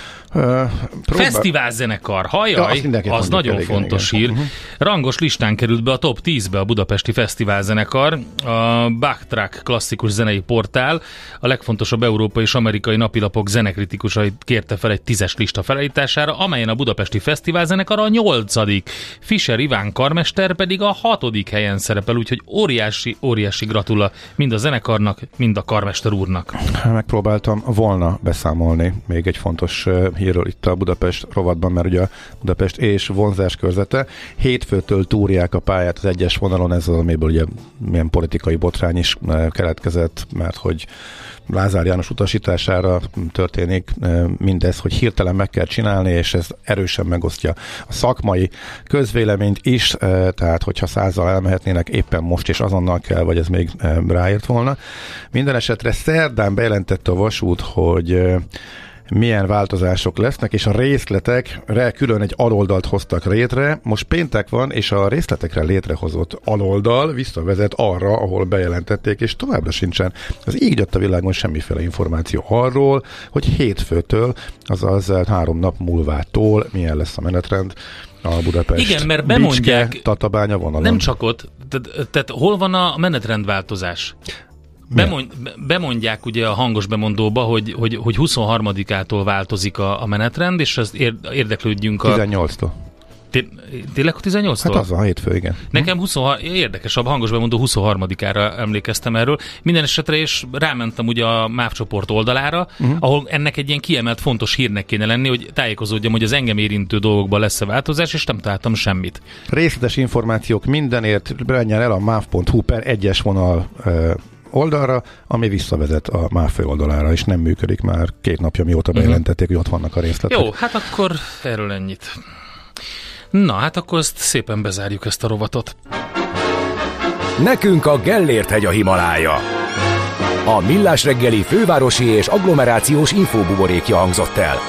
Uh, Fesztiválzenekar, hajjaj, ja, az nagyon elég, fontos igen. hír. Uh-huh. Rangos listán került be a top tízbe a budapesti fesztiválzenekar. A Backtrack klasszikus zenei portál a legfontosabb európai és amerikai napilapok zenekritikusait kérte fel egy tízes lista felállítására, amelyen a budapesti fesztiválzenekar a nyolcadik. Fischer Iván karmester pedig a hatodik helyen szerepel, úgyhogy óriási, óriási gratula mind a zenekarnak, mind a karmester úrnak. Megpróbáltam volna beszámolni még egy fontos hírről itt a Budapest rovatban, mert ugye a Budapest és vonzás körzete hétfőtől túrják a pályát az egyes vonalon, ez az, amiből ugye milyen politikai botrány is keletkezett, mert hogy Lázár János utasítására történik mindez, hogy hirtelen meg kell csinálni, és ez erősen megosztja a szakmai közvéleményt is, tehát hogyha százzal elmehetnének éppen most és azonnal kell, vagy ez még ráért volna. Minden esetre szerdán bejelentette a vasút, hogy milyen változások lesznek, és a részletekre külön egy aloldalt hoztak létre. Most péntek van, és a részletekre létrehozott aloldal visszavezet arra, ahol bejelentették, és továbbra sincsen. Az így jött a világon semmiféle információ arról, hogy hétfőtől, azaz három nap múlvától milyen lesz a menetrend a Budapest. Igen, mert bemondják, Bicske, Tatabánya vonalon. Nem csak ott, tehát, tehát hol van a menetrendváltozás? Bemond, bemondják ugye a hangos bemondóba, hogy, hogy, hogy huszonharmadikától változik a, a menetrend, és az érdeklődjünk a... tizennyolctól. Tényleg a tizennyolctól? Hát az a hétfő, igen. Nekem huszonharmadik érdekes, a hangos bemondó huszonharmadikára emlékeztem erről. Minden esetre, és rámentem ugye a MÁV csoport oldalára, uh-huh. ahol ennek egy ilyen kiemelt fontos hírnek kéne lenni, hogy tájékozódjam, hogy az engem érintő dolgokban lesz-e változás, és nem találtam semmit. Részletes információk mindenért, menjen el a máv pont hu per egyes vonal uh, oldalra, ami visszavezet a MÁV oldalára, és nem működik már két napja, mióta bejelentették, hogy ott vannak a részletek. Jó, hát akkor erről ennyit. Na, hát akkor ezt szépen bezárjuk ezt a rovatot. Nekünk a Gellért-hegy a Himalája. A Millás reggeli fővárosi és agglomerációs infóbuborékja hangzott el.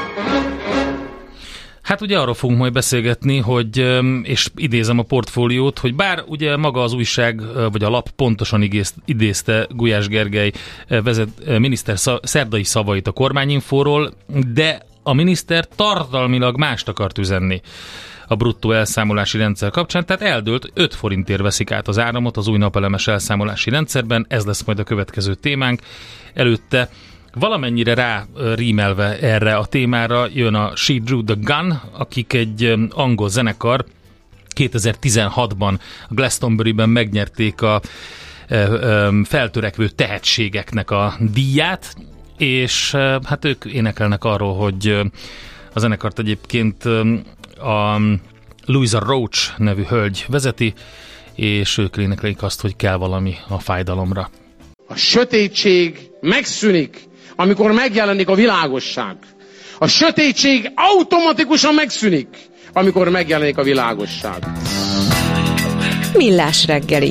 Hát ugye arról fogunk majd beszélgetni, hogy, és idézem a portfóliót, hogy bár ugye maga az újság, vagy a lap pontosan idézte Gulyás Gergely vezet, miniszter szerdai szavait a kormányinfóról, de a miniszter tartalmilag mást akart üzenni a bruttó elszámolási rendszer kapcsán, tehát eldőlt, öt forintért veszik át az áramot az új napelemes elszámolási rendszerben, ez lesz majd a következő témánk. Előtte valamennyire rá rímelve erre a témára jön a She Drew the Gun, akik egy angol zenekar, kétezer-tizenhatban a Glastonbury-ben megnyerték a feltörekvő tehetségeknek a díját, és hát ők énekelnek arról, hogy a zenekart egyébként a Louisa Roach nevű hölgy vezeti, és ők éneklik azt, hogy kell valami a fájdalomra. A sötétség megszűnik, amikor megjelenik a világosság. A sötétség automatikusan megszűnik, amikor megjelenik a világosság. Millás reggeli.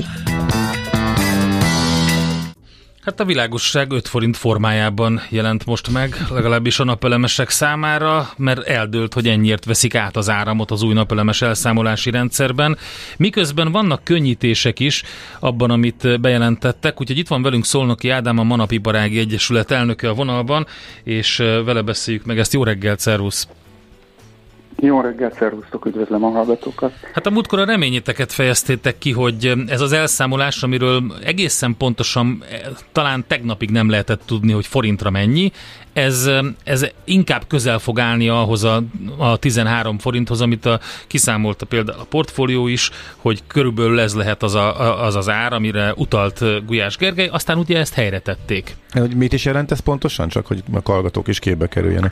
Hát a világosság öt forint formájában jelent most meg, legalábbis a napelemesek számára, mert eldőlt, hogy ennyiért veszik át az áramot az új napelemes elszámolási rendszerben. Miközben vannak könnyítések is abban, amit bejelentettek, úgyhogy itt van velünk Szolnoki Ádám, a Manapiparági Egyesület elnöke a vonalban, és vele beszéljük meg ezt. Jó reggelt, szervusz! Jó reggelt, szervusztok, üdvözlöm a hallgatókat. Hát a múltkor a reményeteket fejeztétek ki, hogy ez az elszámolás, amiről egészen pontosan talán tegnapig nem lehetett tudni, hogy forintra mennyi, ez, ez inkább közel fog állni ahhoz a, a tizenhárom forinthoz, amit a, kiszámolta például a portfólió is, hogy körülbelül ez lehet az a, az, az ár, amire utalt Gulyás Gergely, aztán ugye ezt helyre tették. Hogy mit is jelent ez pontosan? Csak hogy a hallgatók is képbe kerüljenek.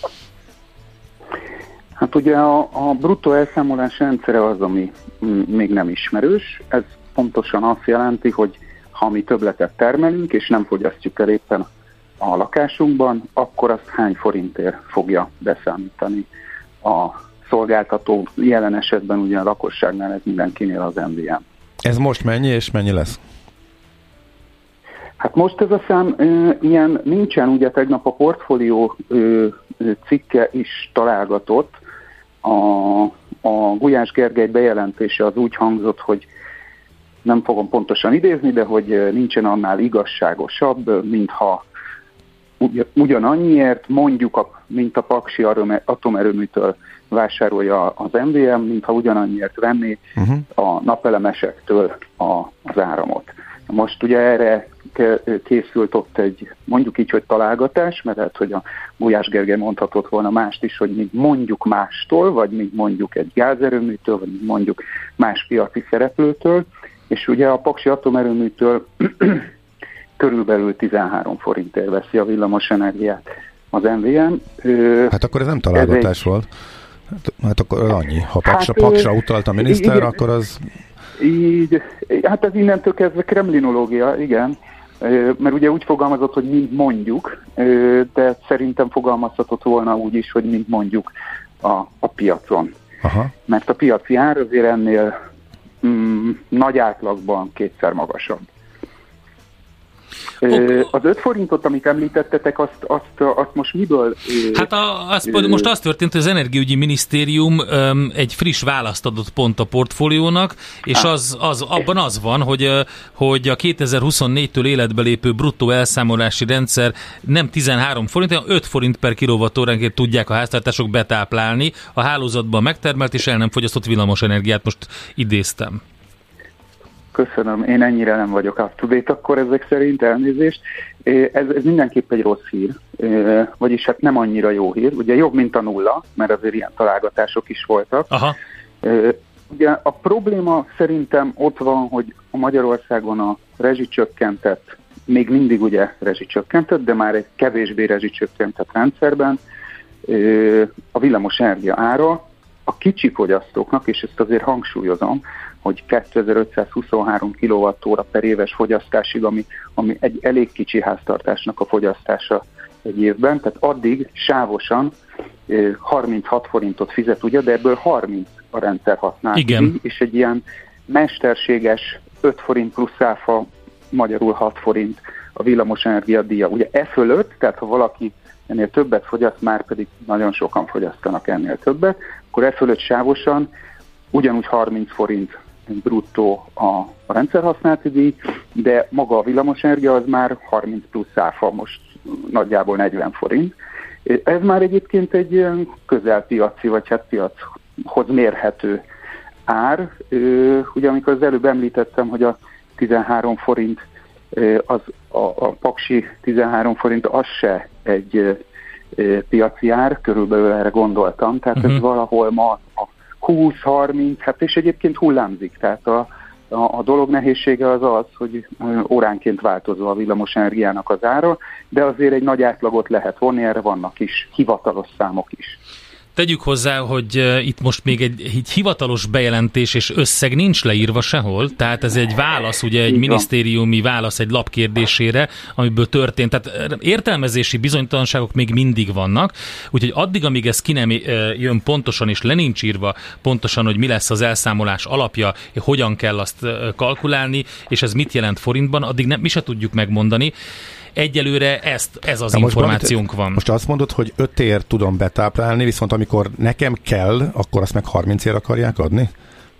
Hát ugye a, a bruttó elszámolás rendszere az, ami még nem ismerős. Ez pontosan azt jelenti, hogy ha mi többletet termelünk, és nem fogyasztjuk el éppen a lakásunkban, akkor azt hány forintért fogja beszámítani a szolgáltató. Jelen esetben ugye a lakosságnál ez mindenkinél az em vé em. Ez most mennyi, és mennyi lesz? Hát most ez a szám ö, ilyen nincsen, ugye tegnap a portfólió ö, ö, cikke is találgatott. A, a Gulyás Gergely bejelentése az úgy hangzott, hogy nem fogom pontosan idézni, de hogy nincsen annál igazságosabb, mintha ugyanannyiért, mondjuk, a, mint a Paksi atomerőműtől vásárolja az em vé em, mintha ugyanannyiért venné uh-huh. a napelemesektől a, az áramot. Most ugye erre készült ott egy, mondjuk így, hogy találgatás, mert lehet, hogy a Gulyás Gergely mondhatott volna mást is, hogy még mondjuk mástól, vagy még mondjuk egy gázerőműtől, vagy mondjuk más piaci szereplőtől, és ugye a Paksi atomerőműtől körülbelül tizenhárom forintért veszi a villamos energiát az em vé em. Hát akkor ez nem találgatás ez volt. Egy... Hát akkor annyi. Ha Paksra, hát, Paksra utalt a miniszter, igen, akkor az... Így, hát ez innentől kezdve kremlinológia, igen, mert ugye úgy fogalmazott, hogy mint mondjuk, de szerintem fogalmazhatott volna úgy is, hogy mint mondjuk a, a piacon. Aha. Mert a piaci ár azért ennél mm, nagy átlagban kétszer magasabb. Okay. Az öt forintot, amit említettetek, azt, azt, azt most miből... Hát a, az, most az történt, hogy az Energiaügyi Minisztérium um, egy friss választ adott pont a portfóliónak, és az, az, abban az van, hogy, hogy a kétezer-huszonnégytől életbe lépő bruttó elszámolási rendszer nem tizenhárom forint, hanem öt forint per kilowattóránként tudják a háztartások betáplálni a hálózatban megtermelt és el nem fogyasztott villamosenergiát. Most idéztem. Köszönöm, én ennyire nem vagyok up-to-date akkor ezek szerint, elnézést. Ez, ez mindenképp egy rossz hír, vagyis hát nem annyira jó hír. Ugye jobb, mint a nulla, mert azért ilyen találgatások is voltak. Aha. Ugye a probléma szerintem ott van, hogy a Magyarországon a rezsicsökkentett, még mindig ugye rezsicsökkentett, de már egy kevésbé rezsicsökkentett rendszerben a villamos energia ára a kicsi fogyasztóknak, és ezt azért hangsúlyozom, hogy kétezer-ötszázhuszonhárom kilovattóra per éves fogyasztásig, ami, ami egy elég kicsi háztartásnak a fogyasztása egy évben, tehát addig sávosan harminchat forintot fizet, ugye, de ebből harminc a rendszer használati, és egy ilyen mesterséges öt forint plusz áfa, magyarul hat forint a villamosenergia díja. Ugye e fölött, tehát ha valaki ennél többet fogyaszt, már pedig nagyon sokan fogyasztanak ennél többet, akkor e fölött sávosan ugyanúgy harminc forint bruttó a, a rendszerhasználati díj, de maga a villamosenergia az már harminc plusz áfa, most nagyjából negyven forint. Ez már egyébként egy közelpiaci, vagy hát piachoz mérhető ár. Ugye amikor az előbb említettem, hogy a tizenhárom forint, az a, a paksi tizenhárom forint, az se egy piaci ár, körülbelül erre gondoltam, tehát uh-huh. ez valahol ma a húsz-harminc, hát és egyébként hullámzik, tehát a, a, a dolog nehézsége az az, hogy óránként változó a villamosenergiának az ára, de azért egy nagy átlagot lehet vonni, erre vannak is hivatalos számok is. Tegyük hozzá, hogy itt most még egy, egy hivatalos bejelentés és összeg nincs leírva sehol, tehát ez egy válasz, ugye egy minisztériumi válasz egy lap kérdésére, amiből történt, tehát értelmezési bizonytalanságok még mindig vannak, úgyhogy addig, amíg ez ki nem jön pontosan és le nincs írva pontosan, hogy mi lesz az elszámolás alapja, hogyan kell azt kalkulálni, és ez mit jelent forintban, addig nem, mi se tudjuk megmondani. Egyelőre ezt, ez az Na információnk most, van. Most azt mondod, hogy öt ér tudom betáplálni, viszont amikor nekem kell, akkor azt meg harminc ér akarják adni?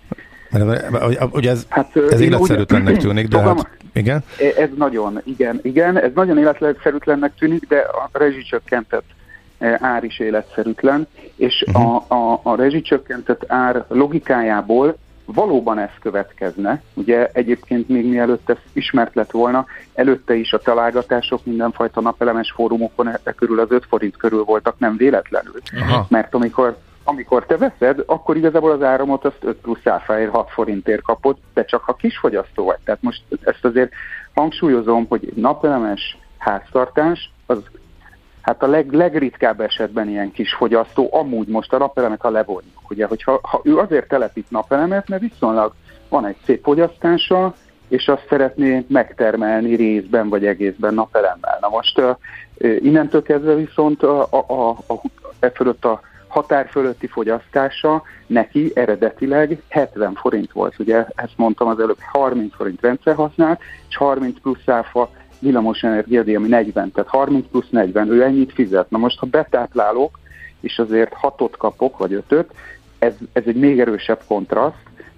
Mert ugye ez, hát, ez életszerűtlennek tűnik, de fogam, hát igen? Ez nagyon, igen, igen, ez nagyon életszerűtlennek tűnik, de a rezsicsökkentett ár is életszerűtlen, és uh-huh. a, a, a rezsicsökkentett ár logikájából valóban ez következne. Ugye egyébként még mielőtt ez ismert lett volna, előtte is a találgatások mindenfajta napelemes fórumokon e körül az öt forint körül voltak, nem véletlenül. Aha. Mert amikor, amikor te veszed, akkor igazából az áramot azt öt plusz áfáért hat forintért kapod, de csak ha kisfogyasztó vagy. Tehát most ezt azért hangsúlyozom, hogy egy napelemes háztartás az hát a leg, legritkább esetben ilyen kis fogyasztó, amúgy most a napelemet, ha levonjuk, ugye, hogyha ha ő azért telepít napelemet, mert viszonylag van egy szép fogyasztása, és azt szeretné megtermelni részben vagy egészben napelemmel. Na most uh, innentől kezdve viszont a, a, a, a, e fölött a határ fölötti fogyasztása neki eredetileg hetven forint volt, ugye, ezt mondtam az előbb, harminc forint rendszer használt, és harminc plusz áfa villamosenergia díj, ami negyven, tehát harminc plusz negyven, ő ennyit fizet. Na most, ha betáplálok, és azért hatot kapok, vagy ötöt, ez, ez egy még erősebb kontraszt.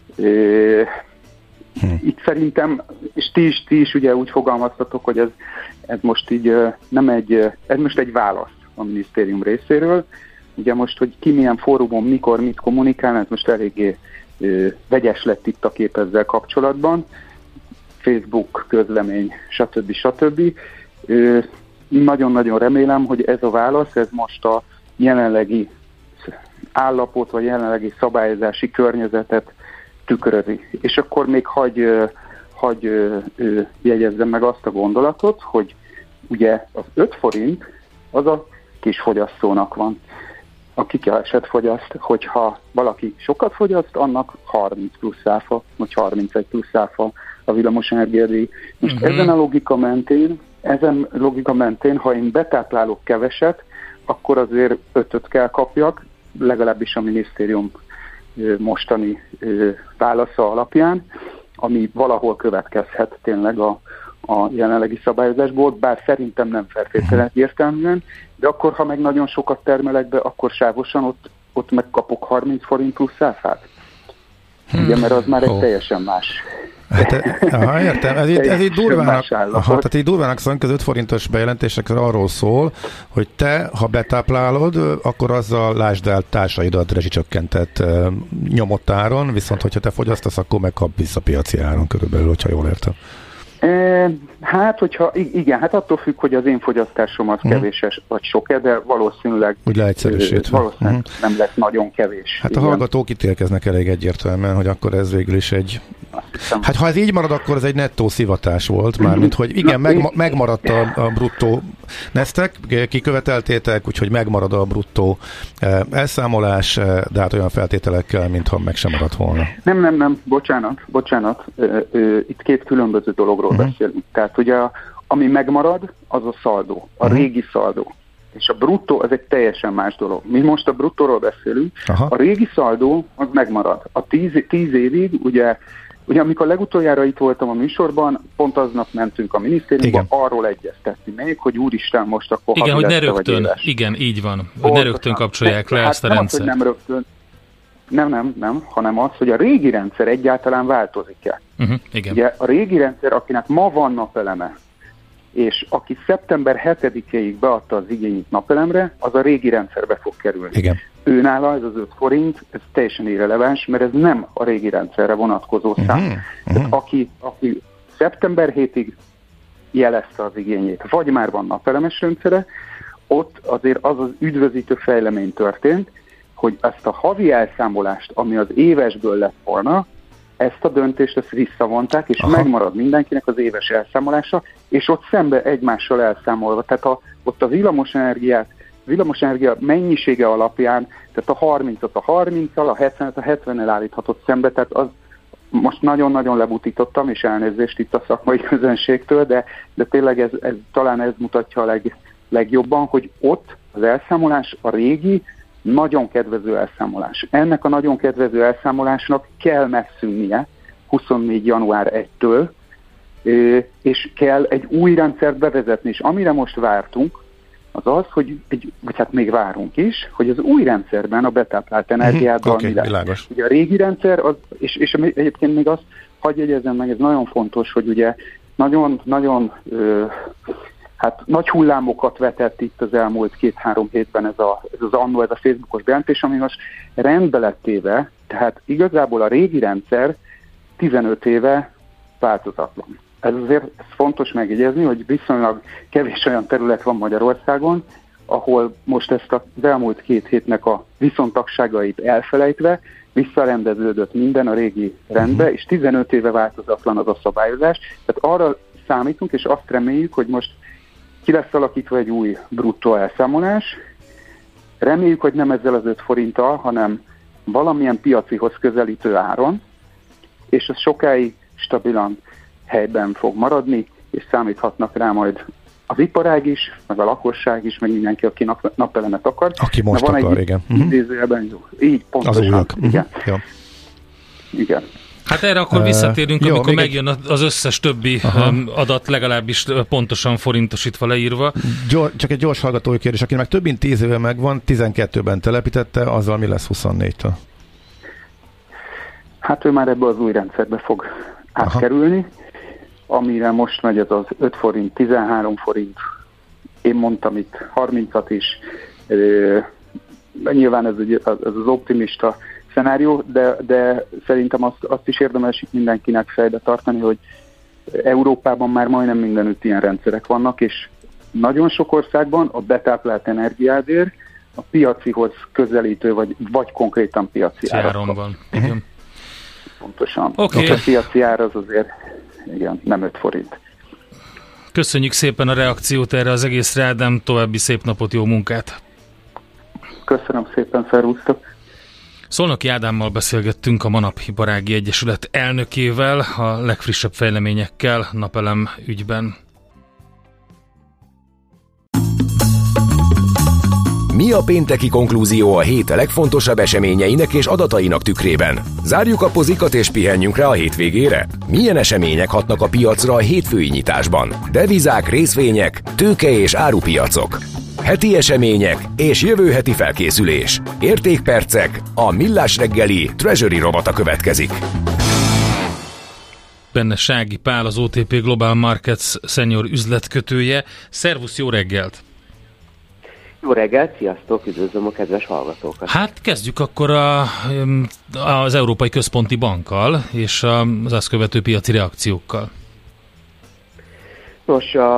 Itt szerintem, és ti is, ti is ugye úgy fogalmaztatok, hogy ez, ez most így nem egy, ez most egy válasz a minisztérium részéről. Ugye most, hogy ki milyen fórumon, mikor, mit kommunikál, ez most eléggé vegyes lett itt a kép ezzel kapcsolatban. Facebook közlemény, stb. stb. Nagyon-nagyon remélem, hogy ez a válasz, ez most a jelenlegi állapot, vagy jelenlegi szabályozási környezetet tükrözi. És akkor még hagy, hagy jegyezzem meg azt a gondolatot, hogy ugye az öt forint az a kis fogyasztónak van. Aki keveset fogyaszt, hogyha valaki sokat fogyaszt, annak harminc plusz áfa, vagy harmincegy plusz áfa a villamosenergia díj. Most uh-huh. ezen a logika mentén, ezen logika mentén, ha én betáplálok keveset, akkor azért ötöt kell kapjak, legalábbis a minisztérium mostani válasza alapján, ami valahol következhet tényleg a, a jelenlegi szabályozásból, bár szerintem nem feltétlenül egyértelműen, de akkor, ha meg nagyon sokat termelek be, akkor sávosan ott, ott megkapok harminc forint plusz áfát. Hmm. Ugye, mert az már egy oh. teljesen más. Hát, aha, értem, ez így, ez így durvának, aha, tehát így durvának szóval az öt forintos bejelentésekre arról szól, hogy te, ha betáplálod, akkor azzal lásd el társaidat rezsicsökkentett uh, nyomott áron, viszont hogyha te fogyasztasz, akkor megkap vissza piaci áron körülbelül, hogyha jól értem. E, hát, hogyha igen, hát attól függ, hogy az én fogyasztásom az uh-huh. kevés vagy sok-e, de valószínűleg, úgy leegyszerűsítve. valószínűleg uh-huh. nem lesz nagyon kevés. Hát igen. A hallgatók ítélkeznek elég egyértelműen, hogy akkor ez végül is egy Hát ha ez így marad, akkor ez egy nettó szivatás volt, mármint, hogy igen, meg, megmaradt a, a bruttó nesztek, kiköveteltétek, úgyhogy megmarad a bruttó elszámolás, de hát olyan feltételekkel, mintha meg sem maradt volna. Nem, nem, nem, bocsánat, bocsánat, itt két különböző dologról uh-huh. beszélünk. Tehát ugye, ami megmarad, az a szaldó, a uh-huh. régi szaldó. És a bruttó az egy teljesen más dolog. Mi most a bruttóról beszélünk, aha. A régi szaldó az megmarad. A tíz, tíz évig, ugye, ugye amikor legutoljára itt voltam a műsorban, pont aznap mentünk a minisztériumban arról egyeztetni még, hogy úristen most akkor igen, hogy ne rögtön, igen, így van, hogy pontosan. Ne rögtön kapcsolják le hát ezt a nem rendszert. Az, hogy nem rögtön, nem, nem, nem, hanem az, hogy a régi rendszer egyáltalán változik-e. Uh-huh, igen. Ugye a régi rendszer, akinek ma van napeleme, és aki szeptember hetedikéig beadta az igényét napelemre, az a régi rendszerbe fog kerülni. Igen. Őnála ez az öt forint, ez teljesen irreleváns, mert ez nem a régi rendszerre vonatkozó szám. Uh-huh. Tehát aki, aki szeptember hetedikéig jelezte az igényét, vagy már van napelemes rendszere, ott azért az az üdvözítő fejlemény történt, hogy ezt a havi elszámolást, ami az évesből lett volna, ezt a döntést ezt visszavonták, és aha. megmarad mindenkinek az éves elszámolása, és ott szembe egymással elszámolva. Tehát a, ott a villamosenergiát, villamosenergia mennyisége alapján, tehát a harmincot a harminccal, a hetvenet a hetvennel állíthatott szembe, tehát az most nagyon-nagyon lebutítottam, és elnézést itt a szakmai közönségtől, de, de tényleg ez, ez, talán ez mutatja a leg, legjobban, hogy ott az elszámolás a régi, nagyon kedvező elszámolás. Ennek a nagyon kedvező elszámolásnak kell megszűnnie huszonnégy január elsejétől, és kell egy új rendszert bevezetni, és amire most vártunk, az az, hogy, egy, vagy hát még várunk is, hogy az új rendszerben a betáplált energiával okay, mi lesz. Világos. Ugye a régi rendszer, az, és, és egyébként még azt hadd jegyezzem meg, ez nagyon fontos, hogy ugye nagyon, nagyon ö, hát nagy hullámokat vetett itt az elmúlt két-három hétben ez, a, ez az annó, ez a Facebookos bejelentés, ami most rendbe lett téve, tehát igazából a régi rendszer tizenöt éve változatlan. Ez azért ez fontos megjegyezni, hogy viszonylag kevés olyan terület van Magyarországon, ahol most ezt az elmúlt két hétnek a viszontagságait elfelejtve visszarendeződött minden a régi rendbe, uh-huh. és tizenöt éve változatlan az a szabályozás. Tehát arra számítunk, és azt reméljük, hogy most ki lesz alakítva egy új bruttó elszámolás. Reméljük, hogy nem ezzel az öt forinttal, hanem valamilyen piacihoz közelítő áron, és ez sokáig stabilan helyben fog maradni, és számíthatnak rá majd az iparág is, meg a lakosság is, meg mindenki, aki nap, napelemet akar. Aki most van akar, egy igen. Idézőjelben jó. Így, pontosan. Az újak. Igen. Uh-huh. Ja. Igen. Hát erre akkor visszatérünk, uh, amikor jó, megjön egy... az összes többi aha. adat legalábbis pontosan forintosítva, leírva. Gyor, csak egy gyors hallgatói kérdés, aki meg több mint tíz éve megvan, tizenkettőben telepítette, azzal mi lesz huszonnégytől? Hát ő már ebbe az új rendszerbe fog átkerülni, aha. amire most megy az az öt forint, tizenhárom forint, én mondtam itt harmincat is, e, nyilván ez, egy, ez az optimista szenárió, de, de szerintem azt, azt is érdemes itt mindenkinek fejbe tartani, hogy Európában már majdnem mindenütt ilyen rendszerek vannak, és nagyon sok országban a betáplált energiádért a piacihoz közelítő, vagy, vagy konkrétan piaci áron van. Igen. Pontosan. Okay. A piaci ár az azért igen, nem öt forint. Köszönjük szépen a reakciót erre az egészre, Ádám, további szép napot, jó munkát! Köszönöm szépen, szervusztok! Szolnoki Ádámmal beszélgettünk, a Manap Iparági Egyesület elnökével, a legfrissebb fejleményekkel napelem ügyben. Mi a pénteki konklúzió a hét legfontosabb eseményeinek és adatainak tükrében? Zárjuk a pozikat és pihenjünk rá a hétvégére? Milyen események hatnak a piacra a hétfői nyitásban? Devizák, részvények, tőke és árupiacok. Heti események és jövő heti felkészülés. Értékpercek, a Millás reggeli Treasury rovata következik. Benne Sági Pál, az o té pé Global Markets senior üzletkötője. Szervusz, jó reggelt! Jó reggelt, sziasztok, üdvözlöm a kedves hallgatókat! Hát kezdjük akkor a, az Európai Központi Bankkal és az azt követő piaci reakciókkal. Nos, a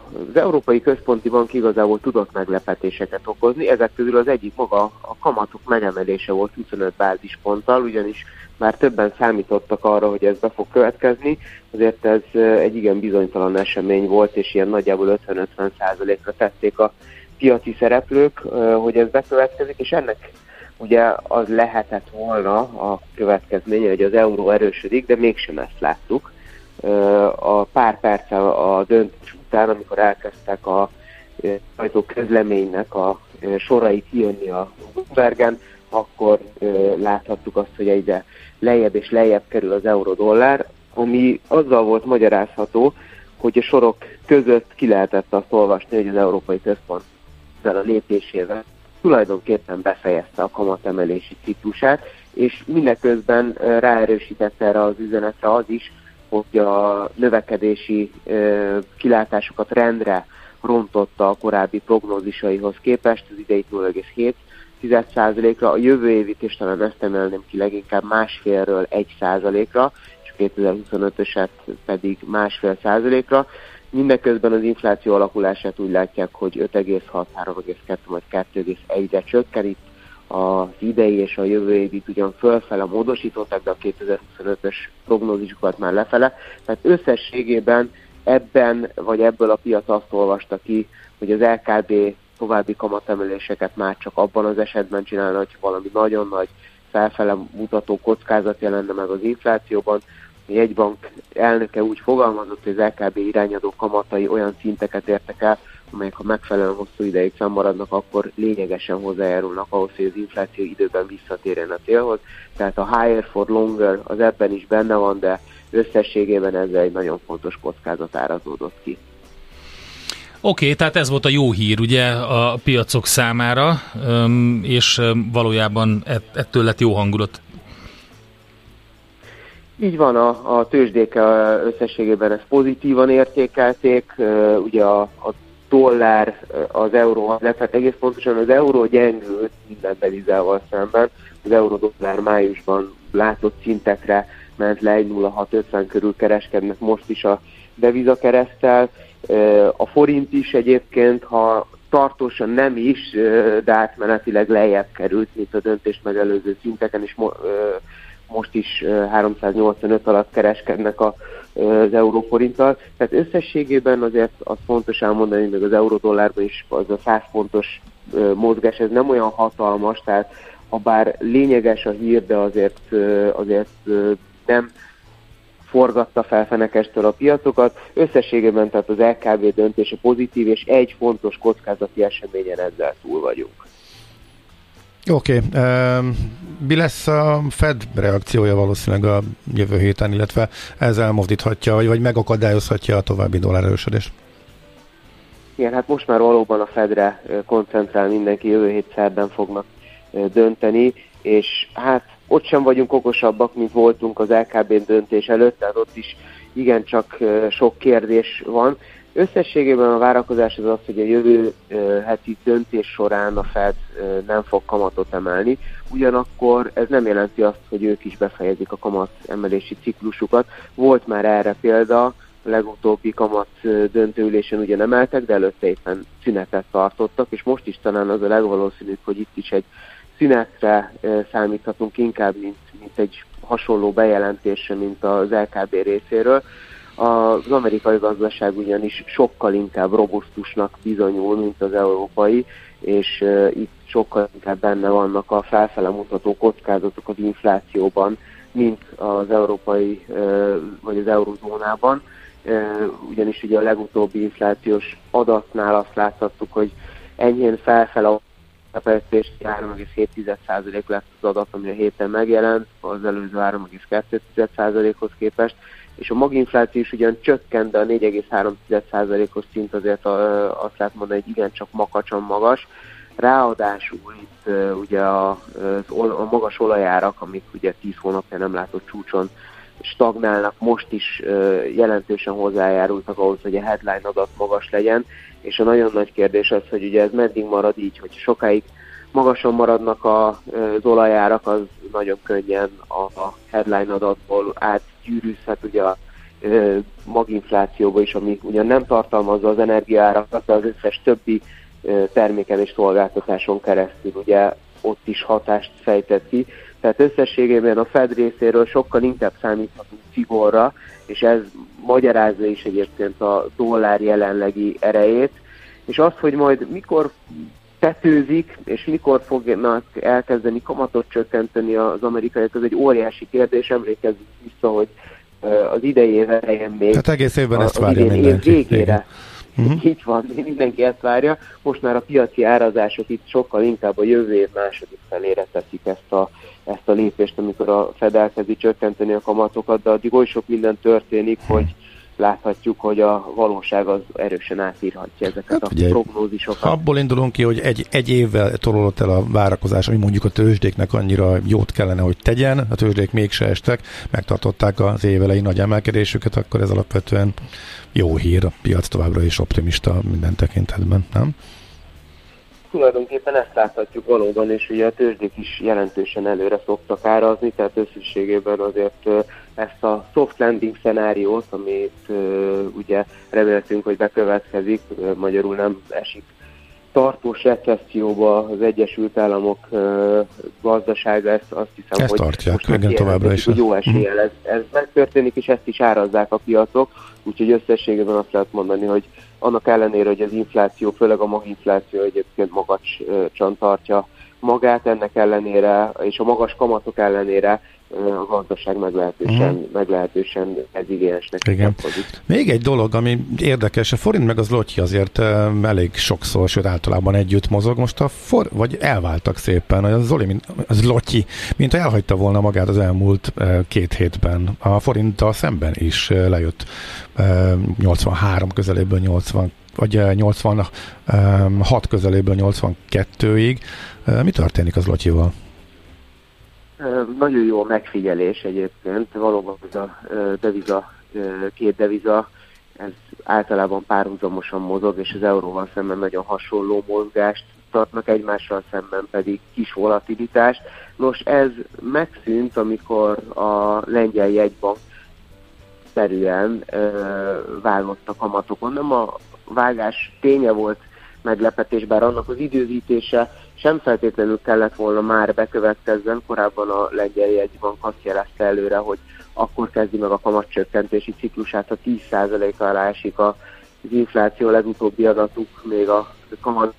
Az Európai Központi Bank igazából tudott meglepetéseket okozni, ezek közül az egyik maga a kamatok megemelése volt huszonöt bázisponttal, ugyanis már többen számítottak arra, hogy ez be fog következni, azért ez egy igen bizonytalan esemény volt, és ilyen nagyjából ötven-ötven százalékra tették a piaci szereplők, hogy ez bekövetkezik, és ennek ugye az lehetett volna a következménye, hogy az euró erősödik, de mégsem ezt láttuk. A pár perccel a döntés után, amikor elkezdtek a sajtóközleménynek a sorai kijönni a Bloombergen, akkor láthattuk azt, hogy egyre lejjebb és lejjebb kerül az euró-dollár, ami azzal volt magyarázható, hogy a sorok között ki lehetett azt olvasni, hogy az Európai Központ ezzel a lépésével tulajdonképpen befejezte a kamatemelési ciklusát, és mindeközben ráerősítette erre az üzenetre az is, hogy a növekedési kilátásokat rendre rontotta a korábbi prognózisaihoz képest, az idei nulla egész hét százalékra, a jövő évit, és talán ezt emelném ki leginkább másfélről egy százalékra, és kétezer-huszonötöset pedig másfél százalékra. Mindeközben az infláció alakulását úgy látják, hogy öt egész hat, három egész kettő vagy kettő egész egyre csökken. Itt az idei és a jövő évit ugyan fölfele módosították, de a kétezer-huszonötös prognózisokat már lefele. Tehát összességében ebben, vagy ebből a piac azt olvasta ki, hogy az el ká bé további kamatemeléseket már csak abban az esetben csinálna, hogy valami nagyon nagy felfele mutató kockázat jelenne meg az inflációban. A jegybank elnöke úgy fogalmazott, hogy az el ká bé irányadó kamatai olyan szinteket értek el, amelyek ha megfelelően hosszú ideig fennmaradnak, akkor lényegesen hozzájárulnak ahhoz, hogy az infláció időben visszatérjen a célhoz. Tehát a higher for longer az ebben is benne van, de összességében ezzel egy nagyon fontos kockázat árazódott ki. Oké, okay, tehát ez volt a jó hír ugye a piacok számára, és valójában ettől lett jó hangulat. Így van, a, a tőzsdék összességében ezt pozitívan értékelték, ugye a, a dollár, az euró, tehát egész pontosan az euró gyengült minden devizával szemben, az euró-dollár májusban látott szintekre ment le, egy nulla hat ötven körül kereskednek most is a devizakereszttel. A forint is egyébként, ha tartósan nem is, de átmenetileg lejjebb került, mint a döntést megelőző szinteken, és mo- most is háromszáznyolcvanöt alatt kereskednek a, az euróforinttal. Tehát összességében azért az fontos elmondani, meg az euró-dollárban is az a száz pontos mozgás, ez nem olyan hatalmas, tehát ha bár lényeges a hír, de azért, azért nem forgatta fel fenekestől a piacokat. Összességében tehát az el ká bé döntése pozitív, és egy fontos kockázati eseményen ezzel túl vagyunk. Oké. Okay. Um, mi lesz a Fed reakciója valószínűleg a jövő héten, illetve ez elmozdíthatja, vagy, vagy megakadályozhatja a további dollárerősödést? Igen, hát most már valóban a Fedre koncentrál mindenki, jövő hét szerdán fognak dönteni, és hát ott sem vagyunk okosabbak, mint voltunk az el ká bé döntés előtt, tehát ott is igencsak sok kérdés van. Összességében a várakozás az az, hogy a jövő heti döntés során a Fed nem fog kamatot emelni, ugyanakkor ez nem jelenti azt, hogy ők is befejezik a kamat emelési ciklusukat. Volt már erre példa, a legutóbbi kamat döntőülésen ugyan emeltek, de előtte éppen szünetet tartottak, és most is talán az a legvalószínűbb, hogy itt is egy szünetre számíthatunk inkább, mint, mint egy hasonló bejelentésre, mint az el ká bé részéről. Az amerikai gazdaság ugyanis sokkal inkább robusztusnak bizonyul, mint az európai, és itt sokkal inkább benne vannak a felfele mutató kockázatok az inflációban, mint az európai vagy az eurozónában. Ugyanis ugye a legutóbbi inflációs adatnál azt láthattuk, hogy enyhén felfele a fejlesztés három egész hét százalék lett az adat, ami a héten megjelent, az előző három egész kettő százalékhoz képest, és a maginfláció is ugyan csökkent, de a négy egész három százalékos szint azért a, azt lehet mondani, hogy igencsak makacsan magas. Ráadásul itt uh, ugye a, a magas olajárak, amik ugye tíz hónapja nem látott csúcson stagnálnak, most is uh, jelentősen hozzájárultak ahhoz, hogy a headline adat magas legyen, és a nagyon nagy kérdés az, hogy ugye ez meddig marad így, hogy sokáig magasan maradnak a, az olajárak, az nagyon könnyen a, a headline adatból átgyűrűzhet ugye a maginflációba is, ami ugyan nem tartalmazza az energiaárakat, de az összes többi terméken és szolgáltatáson keresztül ugye ott is hatást fejtett ki. Tehát összességében a Fed részéről sokkal inkább számíthatunk szigorra, és ez magyarázza is egyébként a dollár jelenlegi erejét, és az, hogy majd mikor tetőzik, és mikor fognak elkezdeni kamatot csökkenteni az amerikaiak, ez egy óriási kérdés, emlékezzünk vissza, hogy az idei év elején még hát egész évben ezt az várja idén mindenki. Év végére. Uh-huh. Így van, mindenki ezt várja. Most már a piaci árazások itt sokkal inkább a jövő év második felére teszik ezt a, ezt a lépést, amikor a Fed elkezdi csökkenteni a kamatokat, de addig oly sok minden történik, uh-huh. hogy láthatjuk, hogy a valóság az erősen átírhatja ezeket hát, a ugye, prognózisokat. Abból indulunk ki, hogy egy, egy évvel torolott el a várakozás, ami mondjuk a tőzsdéknek annyira jót kellene, hogy tegyen, a tőzsdék mégse estek, megtartották az év elején nagy emelkedésüket, akkor ez alapvetően jó hír, a piac továbbra is optimista minden tekintetben, nem? Tulajdonképpen ezt láthatjuk valóban, és ugye a tőzsdék is jelentősen előre szoktak árazni, tehát összességében azért ezt a soft landing szenáriót, amit uh, ugye reméltünk, hogy bekövetkezik, uh, magyarul nem esik tartós recesszióba az Egyesült Államok uh, gazdasága, ezt azt hiszem, ezt hogy tartják, most már továbbra is. Hogy jó eséllyel ez, ez megtörténik, és ezt is árazzák a piacok, úgyhogy összességében azt lehet mondani, hogy annak ellenére, hogy az infláció, főleg a maginfláció egyébként magacsan tartja magát, ennek ellenére, és a magas kamatok ellenére a gazdaság meglehetősen, uh-huh. meglehetősen ezigényesnek. Még egy dolog, ami érdekes, a forint meg az zloty azért uh, elég sokszor, sőt általában együtt mozog. Most a for, vagy elváltak szépen, a Zoli, mint, a zloty, mint elhagyta volna magát az elmúlt uh, két hétben. A forinttal szemben is uh, lejött uh, nyolcvanhárom közeléből nyolcvan, vagy uh, nyolcvanhat közeléből nyolcvankettőig. Uh, mi történik az zlotyival? Nagyon jó a megfigyelés egyébként, valóban ez a deviza, két deviza, ez általában párhuzamosan mozog, és az euróval szemben nagyon hasonló mozgást tartnak, egymással szemben pedig kis volatilitást. Nos, ez megszűnt, amikor a lengyel jegybank szerűen vágott a kamatokon. Nem a vágás ténye volt meglepetés, bár annak az időzítése sem feltétlenül kellett volna már bekövetkezzen. Korábban a lengyel jegybank azt jelezte előre, hogy akkor kezdi meg a kamatcsökkentési ciklusát, a tíz százalék alá esik az infláció, legutóbbi adatuk még a kamat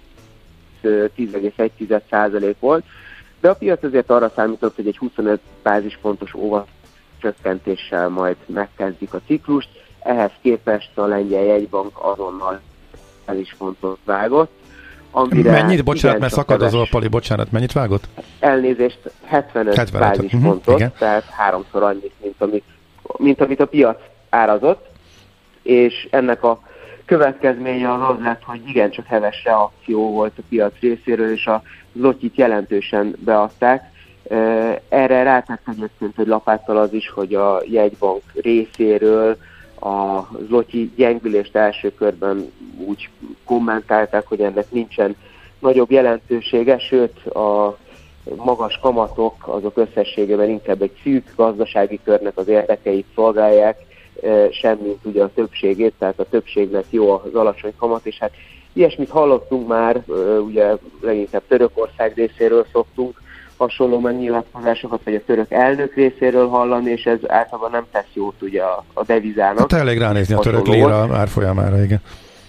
tíz egész egy százalék volt, de a piac azért arra számított, hogy egy huszonöt bázispontos óva csökkentéssel majd megkezdik a ciklust. Ehhez képest a lengyel jegybank azonnal bázispontot vágott. Mennyit, bocsánat, mert szakad az Pali, bocsánat, mennyit vágott? Elnézést, hetvenöt, hetvenöt bázispontot, uh-huh, tehát háromszor annyit, mint amit, mint amit a piac árazott, és ennek a következménye az az lett, hogy igencsak heves reakció volt a piac részéről, és a zlotyit jelentősen beadták. Erre rátett egyébként, hogy lapáttal az is, hogy a jegybank részéről a zlotyi gyengülést első körben úgy kommentálták, hogy ennek nincsen nagyobb jelentősége, sőt a magas kamatok azok összességében inkább egy szűk gazdasági körnek az érdekeit szolgálják, semmint ugye a többségét, tehát a többségnek jó az alacsony kamat, és hát ilyesmit hallottunk már, ugye leginkább Törökország részéről szoktunk hasonló megnyilatkozásokat, vagy a török elnök részéről hallani, és ez általában nem tesz jót ugye a, a devizának. Hát elég ránézni a török lira árfolyamára, igen.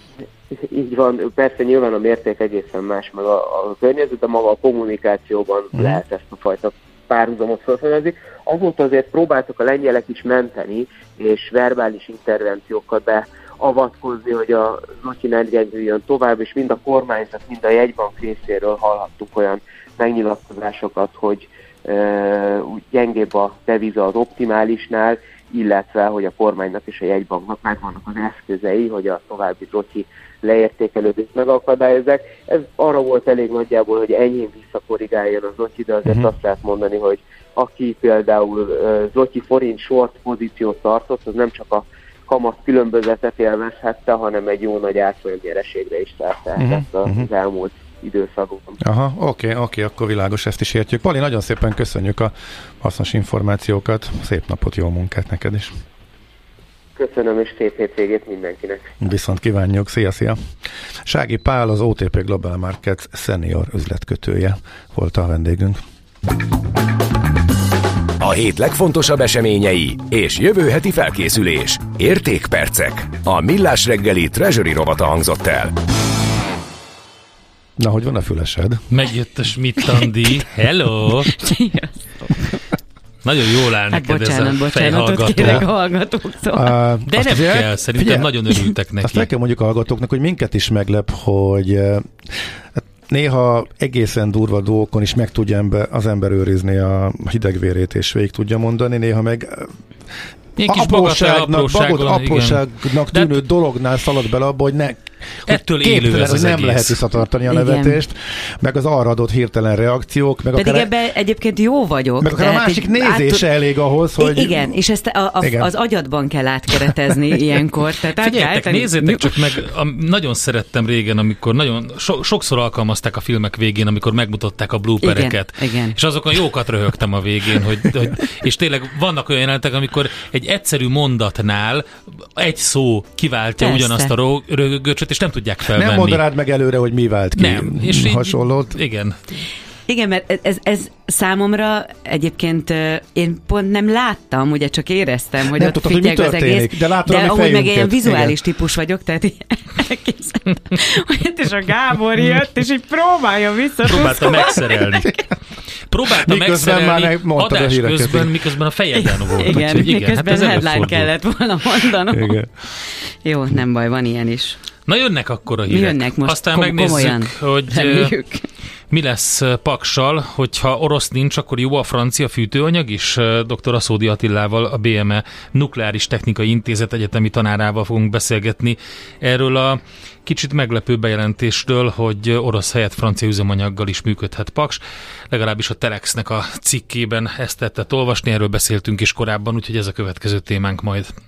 Így van, persze nyilván a mérték egészen más, meg a, a környezet, de maga a kommunikációban hmm. lehet ezt a fajta párhuzamot felfedezni. Azóta azért próbáltak a lengyelek is menteni, és verbális intervenciókkal beavatkozni, hogy a zlotyi ne gyengüljön tovább, és mind a kormányzat, mind a jegybank részéről hallhattuk olyan megnyilatkozásokat, hogy e, úgy gyengébb a deviza az optimálisnál, illetve hogy a kormánynak és a jegybanknak megvannak az eszközei, hogy a további zlotyi leértékelődést megakadályozzák. Ez arra volt elég nagyjából, hogy enyhén visszakorrigáljon az zlotyi, de azért uh-huh. azt lehet mondani, hogy aki például uh, zlotyi forint short pozíciót tartott, az nem csak a kamat különbözetet élvezhette, hanem egy jó nagy árfolyam nyereségre is szállt uh-huh. ezt az uh-huh. elmúlt időszakban. Aha, oké, okay, oké, okay, akkor világos, ezt is értjük. Pali, nagyon szépen köszönjük a hasznos információkat, szép napot, jó munkát neked is. Köszönöm, és szép hétvégét mindenkinek. Viszont kívánjuk. Szia, szia. Sági Pál, az o té pé Global Markets senior üzletkötője volt a vendégünk. A hét legfontosabb eseményei és jövő heti felkészülés. Értékpercek. A Millás reggeli Treasury rovata hangzott el. Na, hogy van a fülesed? Megjött a Schmidt-Andi. Hello! Nagyon jól áll hát neked bocsánat, ez a fejhallgató. fejhallgató. A hallgatóktól. Uh, De nem azért, kell, szerintem figyelj, nagyon örültek neki. Azt el kell mondjuk a hallgatóknak, hogy minket is meglep, hogy uh, néha egészen durva dolgokon is meg tudja ember, az ember őrizni a hidegvérét, és végig tudja mondani, néha meg apróságnak, apróságnak tűnő de dolognál szalad bele abba, hogy ne ettől élő ez hogy nem egész. Lehet visszatartani a igen. nevetést, meg az arra adott hirtelen reakciók. Meg pedig akár, ebben egyébként jó vagyok. Meg akár a másik nézése át... elég ahhoz, hogy... Igen, és ezt a, a, igen. az agyadban kell átkeretezni ilyenkor. Tehát figyeljetek, nézzétek csak meg, a, nagyon szerettem régen, amikor nagyon so, sokszor alkalmazták a filmek végén, amikor megmutatták a bloopereket. Igen, igen. És azokon jókat röhögtem a végén, hogy, hogy, és tényleg vannak olyan jelenetek, amikor egy egyszerű mondatnál egy szó kiváltja persze. ugyanazt a rögöcsöt, és nem tudják felvenni. Nem mondd rád meg előre, hogy mi vált ki nem. És hasonlót. Így, igen. Igen, mert ez, ez számomra egyébként én pont nem láttam, ugye csak éreztem, hogy nem ott tudtad, figyelj hogy az egész. De, látod, de ahogy meg ilyen vizuális igen. típus vagyok, tehát elképzeltem, hogy itt is a Gábor jött, és így próbálja vissza. Próbálta megszerelni. Próbálta miközben megszerelni adás közben, miközben a fejeden volt. Igen, úgy, igen miközben hát headline kellett volna mondanom. Igen. Jó, nem baj, van ilyen is. Na jönnek akkor a hírek. Jönnek most aztán kom- megnézzük, komolyan. hogy Reméljük. mi lesz Paksal, hogyha orosz nincs, akkor jó a francia fűtőanyag is. doktor Aszódi Attilával, a bé em e Nukleáris Technikai Intézet egyetemi tanárával fogunk beszélgetni erről a kicsit meglepő bejelentésről, hogy orosz helyett francia üzemanyaggal is működhet Paks. Legalábbis a Telexnek a cikkében ezt tettet olvasni, erről beszéltünk is korábban, úgyhogy ez a következő témánk majd.